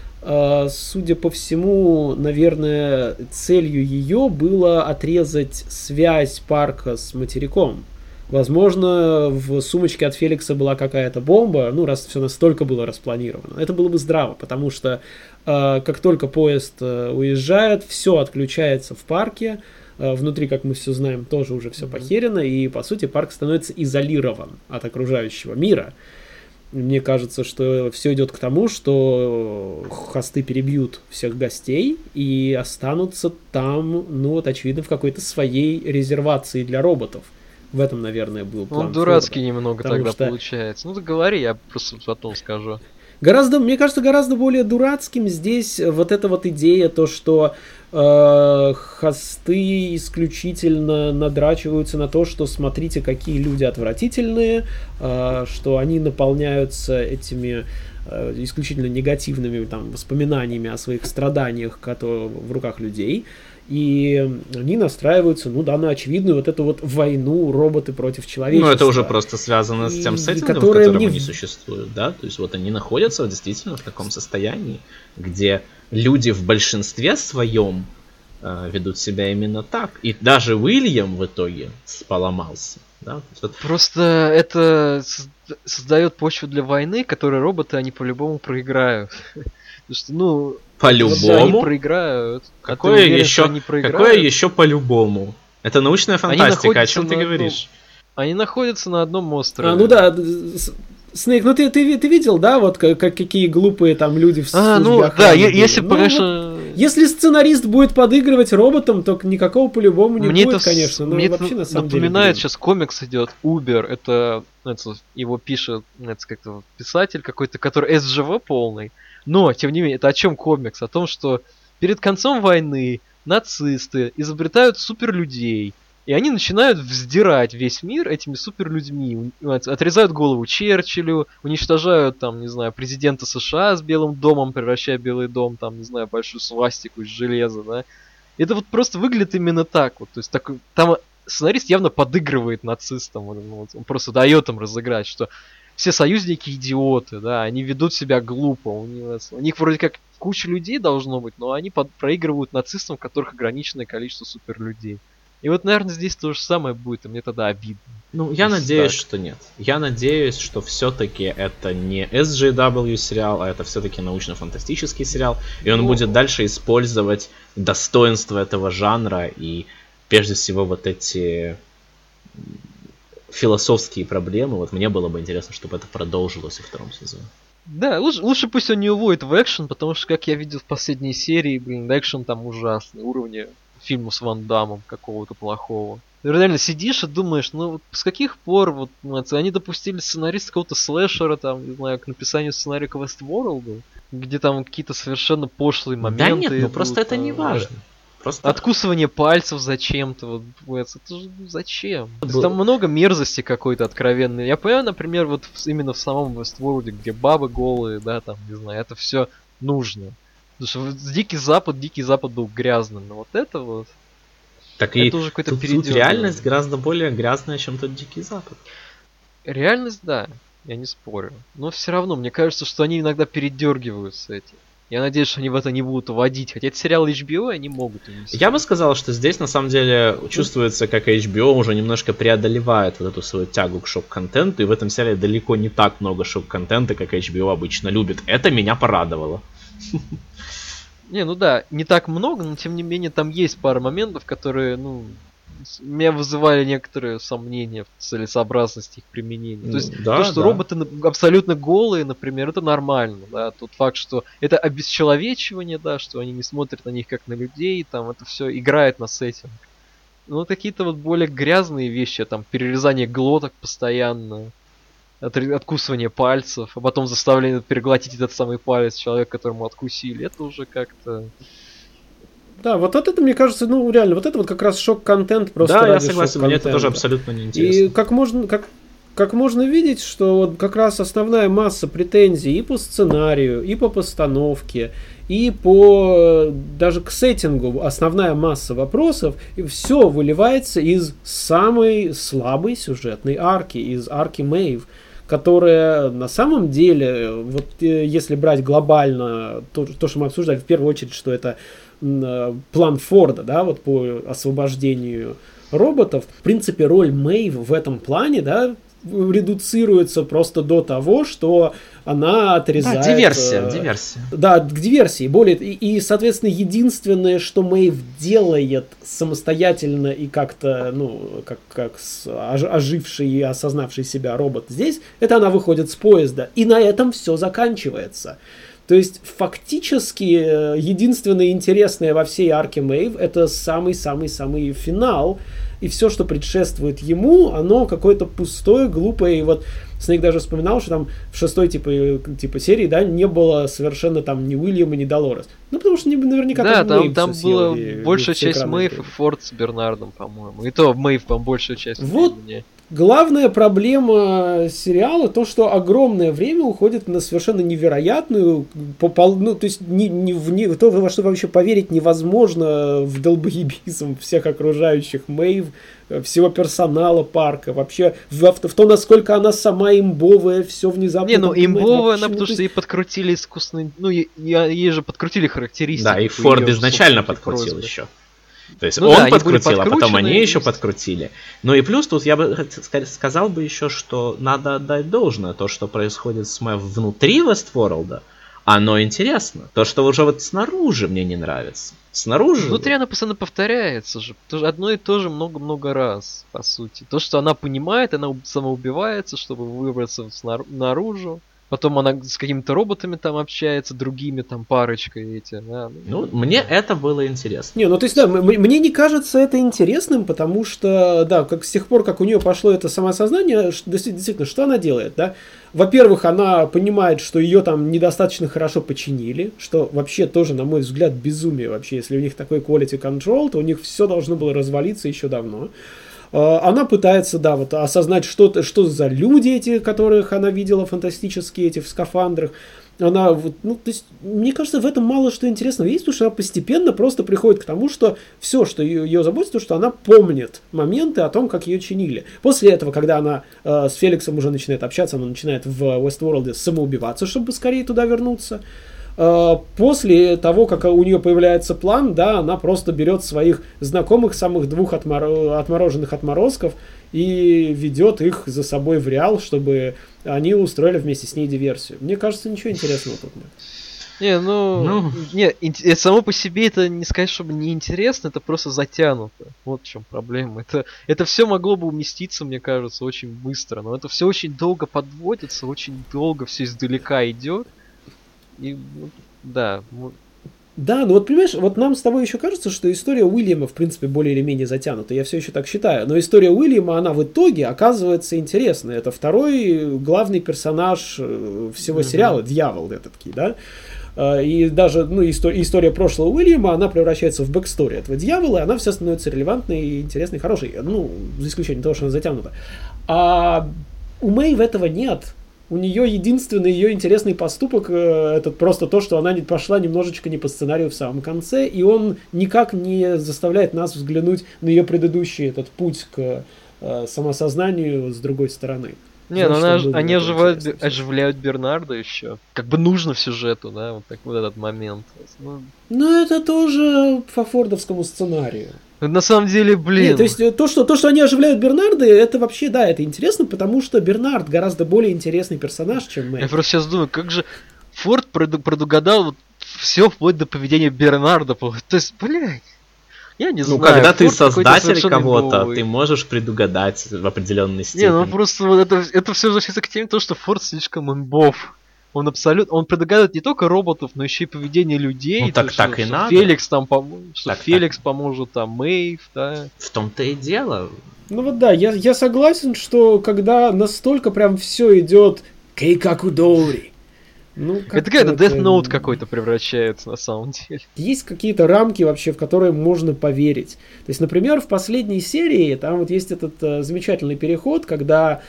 судя по всему, наверное, целью ее было отрезать связь парка с материком. Возможно, в сумочке от Феликса была какая-то бомба, раз все настолько было распланировано. Это было бы здраво, потому что как только поезд уезжает, все отключается в парке. Внутри, как мы все знаем, тоже уже все похерено, и, по сути, парк становится изолирован от окружающего мира. Мне кажется, что все идет к тому, что хосты перебьют всех гостей и останутся там, очевидно, в какой-то своей резервации для роботов. В этом, наверное, был план. Он дурацкий немного тогда получается. Ты говори, я просто потом скажу. Мне кажется, гораздо более дурацким здесь вот эта вот идея, то, что хосты исключительно надрачиваются на то, что смотрите, какие люди отвратительные, что они наполняются этими исключительно негативными там воспоминаниями о своих страданиях, которые в руках людей. И они настраиваются, на очевидную вот эту вот войну роботы против человечества. Это уже просто связано с тем сеттингом, в котором они существуют, да? То есть вот они находятся действительно в таком состоянии, где люди в большинстве своем ведут себя именно так. И даже Уильям в итоге поломался. Да? Просто это создает почву для войны, которую роботы они по-любому проиграют. Потому что, по-любому? Они проиграют. Какое еще по-любому? Это научная фантастика, о чем ты говоришь? Они находятся на одном острове. Снейк, ты видел, да, вот какие глупые там люди в службе охраны были? Если, конечно... Если сценарист будет подыгрывать роботам, то никакого по-любому не будет, конечно. Мне вообще, на самом деле, напоминает, сейчас комикс идет, Uber, это его пишет как-то писатель какой-то, который СЖВ полный. Но, тем не менее, это о чем комикс? О том, что перед концом войны нацисты изобретают суперлюдей, и они начинают вздирать весь мир этими суперлюдьми. Отрезают голову Черчиллю, уничтожают, там, не знаю, президента США с Белым домом, превращая Белый дом, там, не знаю, большую свастику из железа, да. Это вот просто выглядит именно так вот. То есть там сценарист явно подыгрывает нацистам. Он просто дает им разыграть, что все союзники идиоты, да, они ведут себя глупо. У них вроде как куча людей должно быть, но они проигрывают нацистам, у которых ограниченное количество суперлюдей. И вот, наверное, здесь то же самое будет, и мне тогда обидно. Я надеюсь, что нет. Я надеюсь, что все-таки это не SJW сериал, а это все-таки научно-фантастический сериал, и он будет дальше использовать достоинства этого жанра и, прежде всего, вот эти философские проблемы. Вот мне было бы интересно, чтобы это продолжилось во втором сезоне. Да, лучше пусть он не уводит в экшен, потому что, как я видел в последней серии, экшен там ужасный, уровня фильма с Ван Даммом какого-то плохого. Ты реально сидишь и думаешь, с каких пор они допустили сценариста какого-то слэшера, там, не знаю, к написанию сценария к Westworld, где там какие-то совершенно пошлые моменты. Да нет, просто это не важно. Просто... Откусывание пальцев зачем-то, это же зачем? Там много мерзости какой-то откровенной. Я понимаю, например, именно в самом Westworld, где бабы голые, да, там, не знаю, это все нужно. Потому что Дикий Запад был грязным, но вот это вот... Так это и уже какой-то тут реальность гораздо более грязная, чем тот Дикий Запад. Реальность, да, я не спорю. Но все равно, мне кажется, что они иногда передергивают с этим. Я надеюсь, что они в это не будут вводить. Хотя это сериал HBO, они могут унести. Я бы сказал, что здесь на самом деле чувствуется, как HBO уже немножко преодолевает вот эту свою тягу к шок-контенту. И в этом сериале далеко не так много шок-контента, как HBO обычно любит. Это меня порадовало. Не так много, но тем не менее там есть пара моментов, которые, меня вызывали некоторые сомнения в целесообразности их применения. То есть что роботы абсолютно голые, например, это нормально, да. Тот факт, что это обесчеловечивание, да, что они не смотрят на них как на людей, там это все играет на сеттинг. Но какие-то более грязные вещи, там перерезание глоток постоянно, откусывание пальцев, а потом заставление переглотить этот самый палец человека, которому откусили, это уже как-то... Да, вот это, мне кажется, реально, вот это вот как раз шок-контент просто ради я согласен, мне это тоже абсолютно неинтересно. И как можно видеть, что вот как раз основная масса претензий и по сценарию, и по постановке, и по даже к сеттингу, основная масса вопросов, и все выливается из самой слабой сюжетной арки, из арки Мэйв, которая на самом деле, вот если брать глобально то, что мы обсуждали, в первую очередь, что это план Форда, да, вот по освобождению роботов, в принципе, роль Мэйв в этом плане, да, редуцируется просто до того, что она отрезает... Да, диверсия. Да, к диверсии. И, соответственно, единственное, что Мэйв делает самостоятельно и как-то, как оживший и осознавший себя робот здесь, это она выходит с поезда. И на этом все заканчивается. То есть, фактически, единственное интересное во всей арке Мэйв это самый-самый-самый финал. И все, что предшествует ему, оно какое-то пустое, глупое. И вот Снейк даже вспоминал, что там в 6-й типа серии, да, не было совершенно там ни Уильяма, ни Долорес. Ну, потому что наверняка да, Мэйв там всё была съел, большая все часть экраны Мэйв и были. Форд с Бернардом, по-моему. И то Мэйв, по-моему, большая часть Вот. времени. Главная проблема сериала то, что огромное время уходит на совершенно невероятную, ну, то есть то, во что вообще поверить невозможно в долбоебизм всех окружающих Мэйв, всего персонала парка, вообще в то, насколько она сама имбовая, все внезапно. Не, ну имбовая вообще, она, потому что ей подкрутили искусственный, ну, ей же подкрутили характеристики. Да, и по Форд её изначально собственной подкрутил просьбе. еще. То есть Ну он да, они были подкрутил, а потом подкручены, они еще есть. подкрутили. Ну и плюс тут я бы сказал бы еще, что надо отдать должное. То, что происходит с Мэв внутри Вестворлда, оно интересно. То, что уже вот снаружи мне не нравится. Снаружи... Внутри она постоянно повторяется же. Тоже одно и то же много-много раз, по сути. То, что она понимает, она самоубивается, чтобы выбраться наружу. Потом она с какими-то роботами там общается, другими там парочкой эти. Да. Ну, мне это было интересно. Не, ну то есть, да, мне не кажется это интересным, потому что, да, как с тех пор, как у нее пошло это самосознание, действительно, что она делает, да? Во-первых, она понимает, что ее там недостаточно хорошо починили, что вообще тоже, на мой взгляд, безумие вообще. Если у них такой quality control, то у них все должно было развалиться еще давно. Она пытается, да, вот осознать, что за люди эти, которых она видела фантастические, эти в скафандрах. Она, вот, ну, то есть, мне кажется, в этом мало что интересного есть, потому что она постепенно просто приходит к тому, что все, что ее заботит, то, что она помнит моменты о том, как ее чинили. После этого, когда она с Феликсом уже начинает общаться, она начинает в Westworld самоубиваться, чтобы скорее туда вернуться. После того, как у нее появляется план, да, она просто берет своих знакомых, самых двух отмороженных отморозков и ведет их за собой в Реал, чтобы они устроили вместе с ней диверсию. Мне кажется, ничего интересного тут нет. Не, это само по себе это не сказать, чтобы не интересно, это просто затянуто. Вот в чем проблема. Это все могло бы уместиться, мне кажется, очень быстро, но это все очень долго подводится, очень долго все издалека идет. И, да. Да, ну вот понимаешь, вот нам с тобой еще кажется, что история Уильяма, в принципе, более или менее затянута. Я все еще так считаю. Но история Уильяма, она в итоге оказывается интересной. Это второй главный персонаж всего сериала, дьявол этакий, да? И даже, ну, история прошлого Уильяма, она превращается в бэкстори этого дьявола, и она вся становится релевантной, интересной, хорошей. Ну, за исключением того, что она затянута. А у Мэйв этого нет. У нее единственный ее интересный поступок это просто то, что она пошла немножечко не по сценарию в самом конце, и он никак не заставляет нас взглянуть на ее предыдущий этот путь к самосознанию с другой стороны. Не, ну они оживляют Бернарда еще. Как бы нужно в сюжету, да, вот так вот этот момент. Ну, это тоже по фордовскому сценарию. На самом деле, блин. Нет, то есть то, что они оживляют Бернарда, это вообще, да, это интересно, потому что Бернард гораздо более интересный персонаж, чем Мэйв. Я просто сейчас думаю, как же Форд предугадал вот все вплоть до поведения Бернарда. То есть, блядь, я не знаю. Ну, когда ты Форд создатель кого-то, новый. ты можешь предугадать в определенной степени. Не, ну просто вот это все относится к теме, то, что Форд слишком имбов. Он абсолютно, он предугадывает не только роботов, но еще и поведение людей. Ну так что и надо. Феликс там Феликс так. поможет там Мэйв, да. В том-то и дело. Ну вот да, я согласен, что когда настолько прям все идет кейкакудори. Ну, это какая-то Death Note какой-то превращается на самом деле. Есть какие-то рамки вообще, в которые можно поверить. То есть, например, в последней серии там вот есть этот замечательный переход, когда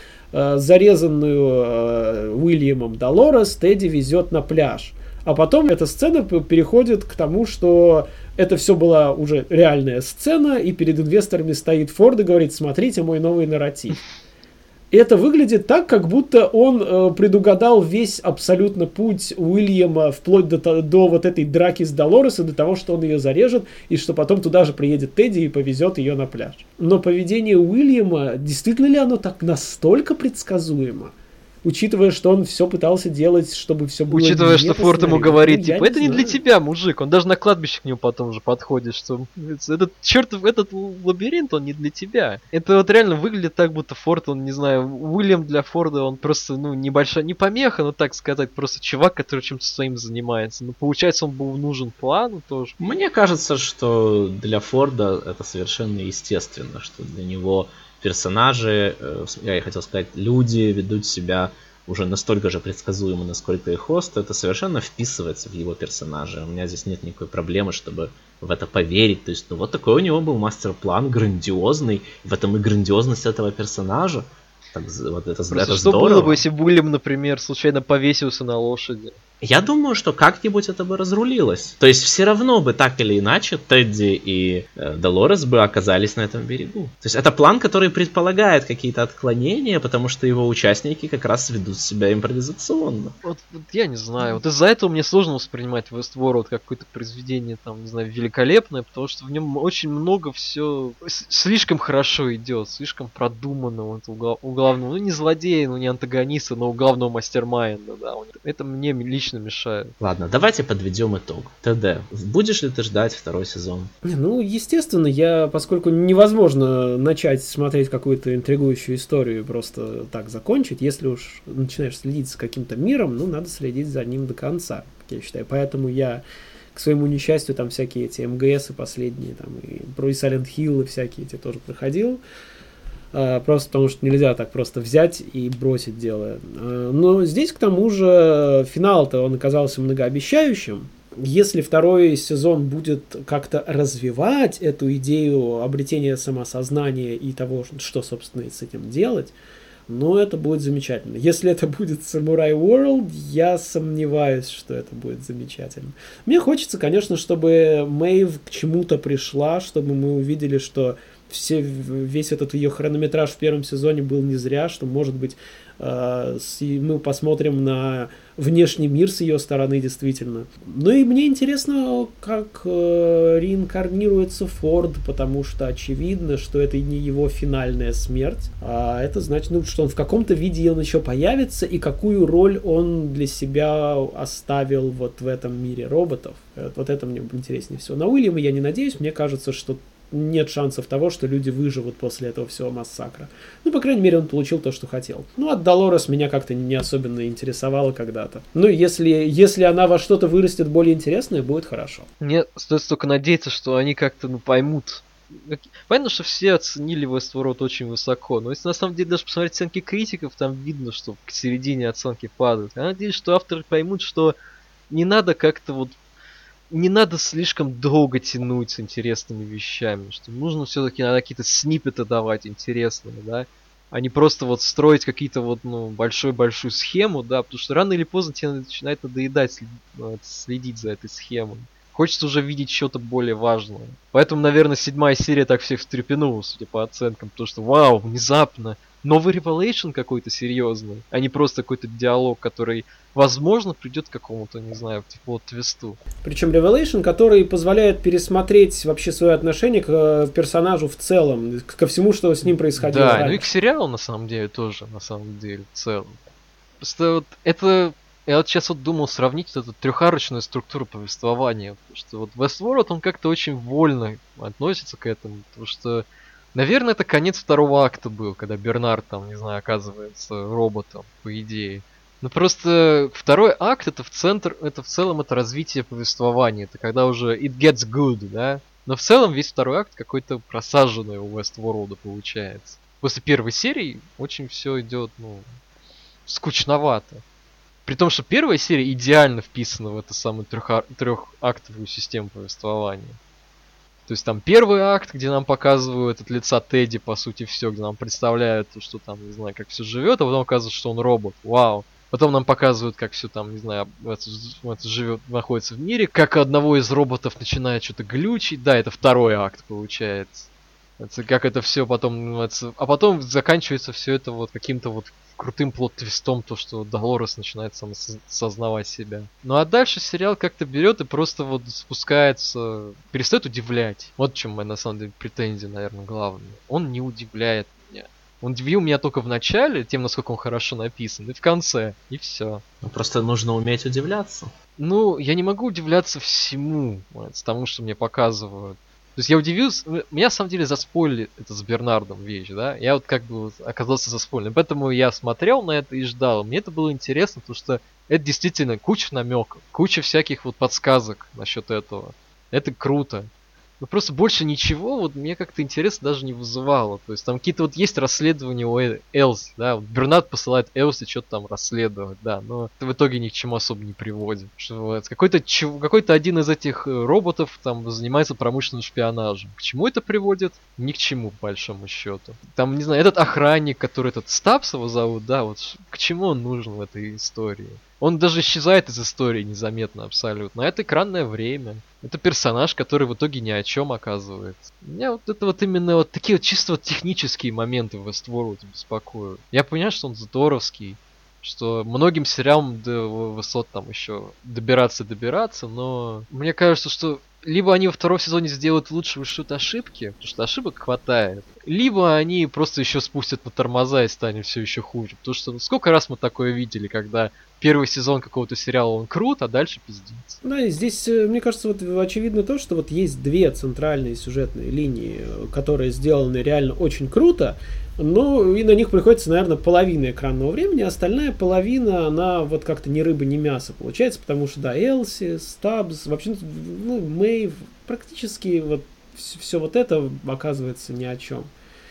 зарезанную Уильямом Долорес Тедди везет на пляж. А потом эта сцена переходит к тому, что это все была уже реальная сцена, и перед инвесторами стоит Форд и говорит: смотрите мой новый нарратив. И это выглядит так, как будто он предугадал весь абсолютно путь Уильяма вплоть до вот этой драки с Долорес и до того, что он ее зарежет, и что потом туда же приедет Тедди и повезет ее на пляж. Но поведение Уильяма, действительно ли оно так настолько предсказуемо? Учитывая, что он все пытался делать, чтобы все было... Учитывая, что Форд ему говорит, ну, типа, это не для тебя, мужик. Он даже на кладбище к нему потом уже подходит, что этот чертов, этот лабиринт, он не для тебя. Это вот реально выглядит так, будто Форд, он, не знаю, Уильям для Форда, он просто, ну, небольшая, не помеха, но так сказать, просто чувак, который чем-то своим занимается. Ну, получается, он был нужен плану тоже. Мне кажется, что для Форда это совершенно естественно, что для него персонажи, я хотел сказать, люди ведут себя уже настолько же предсказуемо, насколько и Хост, это совершенно вписывается в его персонажа. У меня здесь нет никакой проблемы, чтобы в это поверить. То есть, ну вот такой у него был мастер-план, грандиозный. В этом и грандиозность этого персонажа. Так, вот это Просто что здорово. было бы, если Уильям, например, случайно повесился на лошади? Я думаю, что как-нибудь это бы разрулилось. То есть все равно бы так или иначе Тедди и Долорес бы оказались на этом берегу. То есть это план, который предполагает какие-то отклонения, потому что его участники как раз ведут себя импровизационно. Вот я не знаю. Вот из-за этого мне сложно воспринимать Westworld как какое-то произведение, там, не знаю, великолепное, потому что в нем очень много все слишком хорошо идет, слишком продуманно вот, у главного, ну не злодея, ну не антагониста, но у главного мастермайнда, да. Это мне лично мешает. Ладно, давайте подведем итог. ТД, будешь ли ты ждать второй сезон? Ну, естественно, поскольку невозможно начать смотреть какую-то интригующую историю и просто так закончить, если уж начинаешь следить за каким-то миром, ну, надо следить за ним до конца, как я считаю. Поэтому я, к своему несчастью, там всякие эти МГСы последние, там, и про Silent Hill и всякие эти тоже проходил. Просто потому что нельзя так просто взять и бросить дело. Но здесь, к тому же, финал-то он оказался многообещающим. Если второй сезон будет как-то развивать эту идею обретения самосознания и того, что, собственно, с этим делать, ну, это будет замечательно. Если это будет Samurai World, я сомневаюсь, что это будет замечательно. Мне хочется, конечно, чтобы Мэйв к чему-то пришла, чтобы мы увидели, что весь этот ее хронометраж в первом сезоне был не зря, что, может быть, мы посмотрим на внешний мир с ее стороны действительно. Ну и мне интересно, как реинкарнируется Форд, потому что очевидно, что это не его финальная смерть, а это значит, ну, что он в каком-то виде он еще появится, и какую роль он для себя оставил вот в этом мире роботов. Вот это мне интереснее всего. На Уильяма я не надеюсь, мне кажется, что нет шансов того, что люди выживут после этого всего массакра. Ну, по крайней мере, он получил то, что хотел. Ну, от Долорес меня как-то не особенно интересовало когда-то. Ну, если она во что-то вырастет более интересное, будет хорошо. Мне стоит только надеяться, что они как-то, поймут. Понятно, что все оценили Westworld очень высоко, но если на самом деле даже посмотреть оценки критиков, там видно, что к середине оценки падают. Я надеюсь, что авторы поймут, что не надо как-то не надо слишком долго тянуть с интересными вещами, что нужно все-таки надо какие-то сниппеты давать интересные, да, а не просто строить какие-то большую схему, да, потому что рано или поздно тебе начинает надоедать следить за этой схемой. Хочется уже видеть что-то более важное. Поэтому, наверное, 7-я серия так всех встрепенула, судя по оценкам, потому что, вау, внезапно, новый ревелейшн какой-то серьезный, а не просто какой-то диалог, который, возможно, придет к какому-то, не знаю, твисту. Причем ревелейшн, который позволяет пересмотреть вообще свое отношение к персонажу в целом, ко всему, что с ним происходило. Да, ну и к сериалу, на самом деле, тоже, в целом. Просто это... Я сейчас думал сравнить эту трехарочную структуру повествования, потому что Westworld, он как-то очень вольно относится к этому, потому что, наверное, это конец второго акта был, когда Бернард там, не знаю, оказывается роботом, по идее. Но просто второй акт это в целом это развитие повествования, это когда уже it gets good, да? Но в целом весь второй акт какой-то просаженный у Westworld получается. После первой серии очень все идет, скучновато. При том, что первая серия идеально вписана в эту самую трехактовую систему повествования. То есть там первый акт, где нам показывают от лица Тедди, по сути, все, где нам представляют, что там, не знаю, как все живет, а потом оказывается, что он робот. Вау. Потом нам показывают, как все там, не знаю, это живет, находится в мире, как одного из роботов начинает что-то глючить. Да, это второй акт получается. Это, как это все потом... А потом заканчивается все это каким-то крутым плот-твистом, то, что Долорес начинает самосознавать себя. Ну а дальше сериал как-то берет и просто спускается, перестает удивлять. Вот в чем моя, на самом деле, претензия, наверное, главная. Он не удивляет меня. Он удивил меня только в начале, тем, насколько он хорошо написан, и в конце, и все. Ну просто нужно уметь удивляться. Ну, я не могу удивляться всему, тому, что мне показывают. То есть я удивился, меня на самом деле заспойлили это с Бернардом вещь, да, я оказался заспойлен, поэтому я смотрел на это и ждал, мне это было интересно, потому что это действительно куча намеков, куча всяких подсказок насчет этого, это круто. Но просто больше ничего вот мне как-то интерес даже не вызывало. То есть там какие-то вот есть расследования у Элси, да, вот Бернард посылает Элси что-то там расследовать, да, но это в итоге ни к чему особо не приводит. Что какой-то один из этих роботов там занимается промышленным шпионажем. К чему это приводит? Ни к чему, по большому счету. Там, не знаю, этот охранник, который этот Стабс его зовут, да, вот к чему он нужен в этой истории? Он даже исчезает из истории незаметно абсолютно. А это экранное время. Это персонаж, который в итоге ни о чем оказывается. Меня вот это вот именно вот такие вот чисто вот технические моменты в Westworld беспокоят. Я понимаю, что он здоровский, что многим сериалам до высот там еще добираться, но мне кажется, что либо они во втором сезоне сделают лучше, вышьют ошибки, потому что ошибок хватает, либо они просто еще спустят на тормоза и станет все еще хуже. Потому что сколько раз мы такое видели, когда первый сезон какого-то сериала он крут, а дальше пиздец. Да, и здесь, мне кажется, вот очевидно то, что вот есть две центральные сюжетные линии, которые сделаны реально очень круто, но и на них приходится, наверное, половина экранного времени, а остальная половина, она вот как-то ни рыба, ни мясо получается, потому что, да, Элси, Стабс, вообще, ну, Мэйв, практически вот все вот это оказывается ни о чем.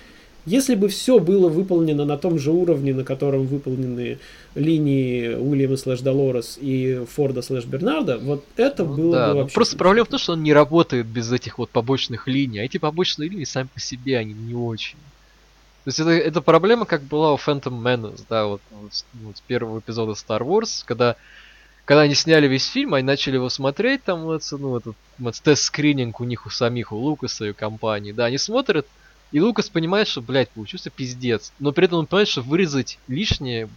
Если бы все было выполнено на том же уровне, на котором выполнены линии Уильяма /Долорес и Форда /Бернарда, вот это было да, бы вообще... Просто проблема в том, что он не работает без этих вот побочных линий. А эти побочные линии сами по себе, они не очень. То есть это проблема, как была у Phantom Menace, да, вот с первого эпизода Star Wars, когда они сняли весь фильм, они начали его смотреть, там, вот, ну, этот тест-скрининг у них у самих, у Лукаса и компании, да, они смотрят, и Лукас понимает, что, блядь, получился пиздец. Но при этом он понимает, что вырезать лишнее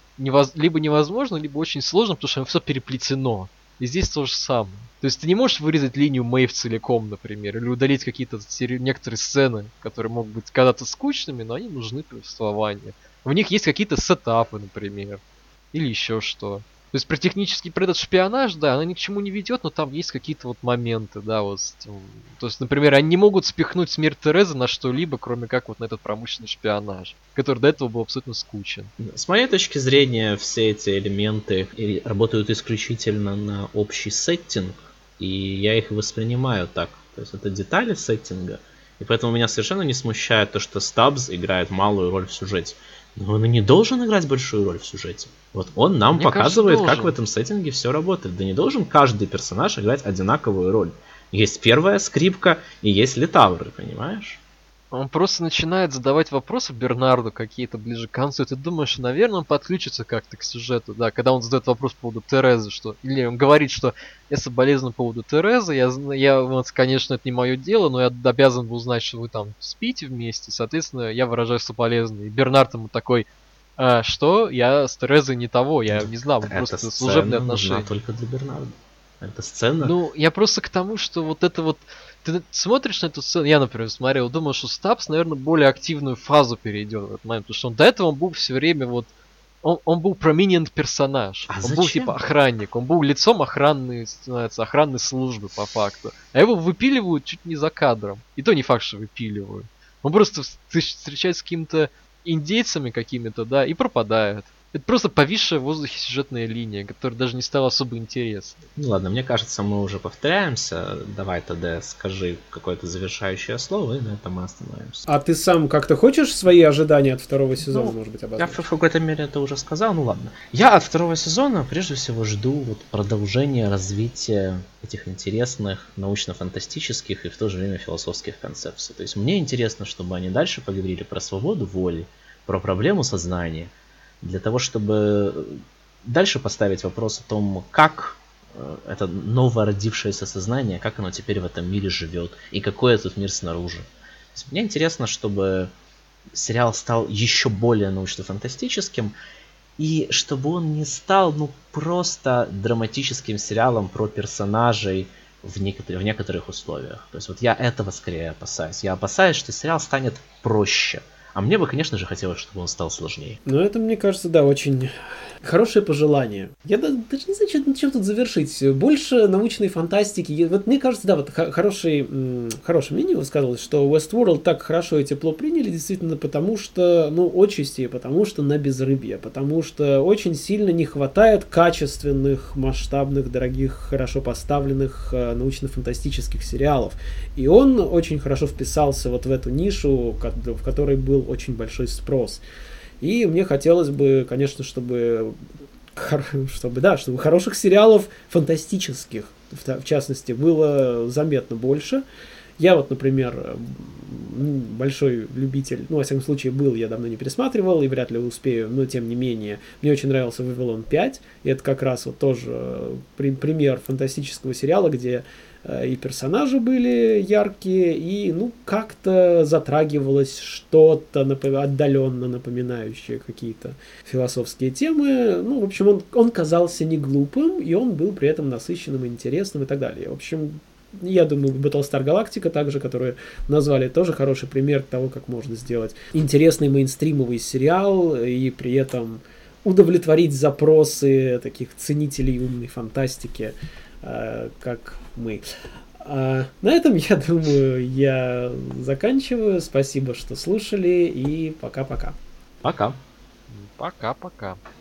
либо невозможно, либо очень сложно, потому что все переплетено. И здесь то же самое. То есть ты не можешь вырезать линию Мэйв целиком, например, или удалить какие-то некоторые сцены, которые могут быть когда-то скучными, но они нужны для повествования. В них есть какие-то сетапы, например, или еще что. То есть про этот шпионаж, да, она ни к чему не ведет, но там есть какие-то вот моменты, да, вот. То есть, например, они не могут спихнуть смерть Терезы на что-либо, кроме как вот на этот промышленный шпионаж, который до этого был абсолютно скучен. С моей точки зрения, все эти элементы работают исключительно на общий сеттинг, и я их воспринимаю так. То есть это детали сеттинга, и поэтому меня совершенно не смущает то, что Стабс играет малую роль в сюжете. Но он и не должен играть большую роль в сюжете. Вот он нам показывает, как в этом сеттинге все работает. Да не должен каждый персонаж играть одинаковую роль. Есть первая скрипка и есть литавры, понимаешь? Он просто начинает задавать вопросы Бернарду какие-то ближе к концу, и ты думаешь, наверное, он подключится как-то к сюжету, да, когда он задает вопрос по поводу Терезы, что, или он говорит, что я соболезную по поводу Терезы, я вот, конечно, это не мое дело, но я обязан был узнать, что вы там спите вместе, соответственно, я выражаю соболезнования. И Бернард ему такой, что? Я с Терезой не того, я не знал, просто служебные отношения. Нужна только для Бернарда. Эта сцена... Ну, я просто к тому, что вот это вот... Ты смотришь на эту сцену, я, например, смотрел, думал, что Стабс, наверное, более активную фазу перейдет в этот момент, потому что до этого он был все время вот... Он был prominent персонаж. Он был типа охранник, он был лицом охранной службы по факту. А его выпиливают чуть не за кадром. И то не факт, что выпиливают. Он просто встречается с какими-то индейцами какими-то, да, и пропадает. Это просто повисшая в воздухе сюжетная линия, которая даже не стала особо интересной. Ну ладно, мне кажется, мы уже повторяемся. Давай тогда скажи какое-то завершающее слово, и на этом мы остановимся. А ты сам как-то хочешь свои ожидания от второго сезона, может быть, обозначить? Я в какой-то мере это уже сказал, ну ладно. Я от второго сезона прежде всего жду вот продолжения развития этих интересных научно-фантастических и в то же время философских концепций. То есть мне интересно, чтобы они дальше поговорили про свободу воли, про проблему сознания, для того, чтобы дальше поставить вопрос о том, как это новородившееся сознание, как оно теперь в этом мире живет, и какой этот мир снаружи. Мне интересно, чтобы сериал стал еще более научно-фантастическим, и чтобы он не стал просто драматическим сериалом про персонажей в некоторых условиях. То есть вот я этого скорее опасаюсь. Я опасаюсь, что сериал станет проще. А мне бы, конечно же, хотелось, чтобы он стал сложнее. Ну, это, мне кажется, да, очень хорошее пожелание. Я даже не знаю, чем тут завершить. Больше научной фантастики. Вот мне кажется, да, вот хорошее мнение высказалось, что Westworld так хорошо и тепло приняли, действительно, потому что, ну, отчасти, потому что на безрыбье, потому что очень сильно не хватает качественных, масштабных, дорогих, хорошо поставленных научно-фантастических сериалов. И он очень хорошо вписался вот в эту нишу, в которой был очень большой спрос. И мне хотелось бы, конечно, чтобы хороших сериалов фантастических, в частности, было заметно больше. Я вот, например, большой любитель, ну, во всяком случае, был, я давно не пересматривал, и вряд ли успею, но тем не менее, мне очень нравился «Вавилон 5», и это как раз вот тоже пример фантастического сериала, где и персонажи были яркие, и, ну, как-то затрагивалось что-то отдаленно напоминающее какие-то философские темы. Ну, в общем, он казался не глупым, и он был при этом насыщенным, интересным и так далее. В общем, я думаю, Battlestar Galactica также, которую назвали, тоже хороший пример того, как можно сделать интересный мейнстримовый сериал и при этом удовлетворить запросы таких ценителей умной фантастики, как мы. На этом, я думаю, я заканчиваю. Спасибо, что слушали, и пока-пока. Пока. Пока-пока.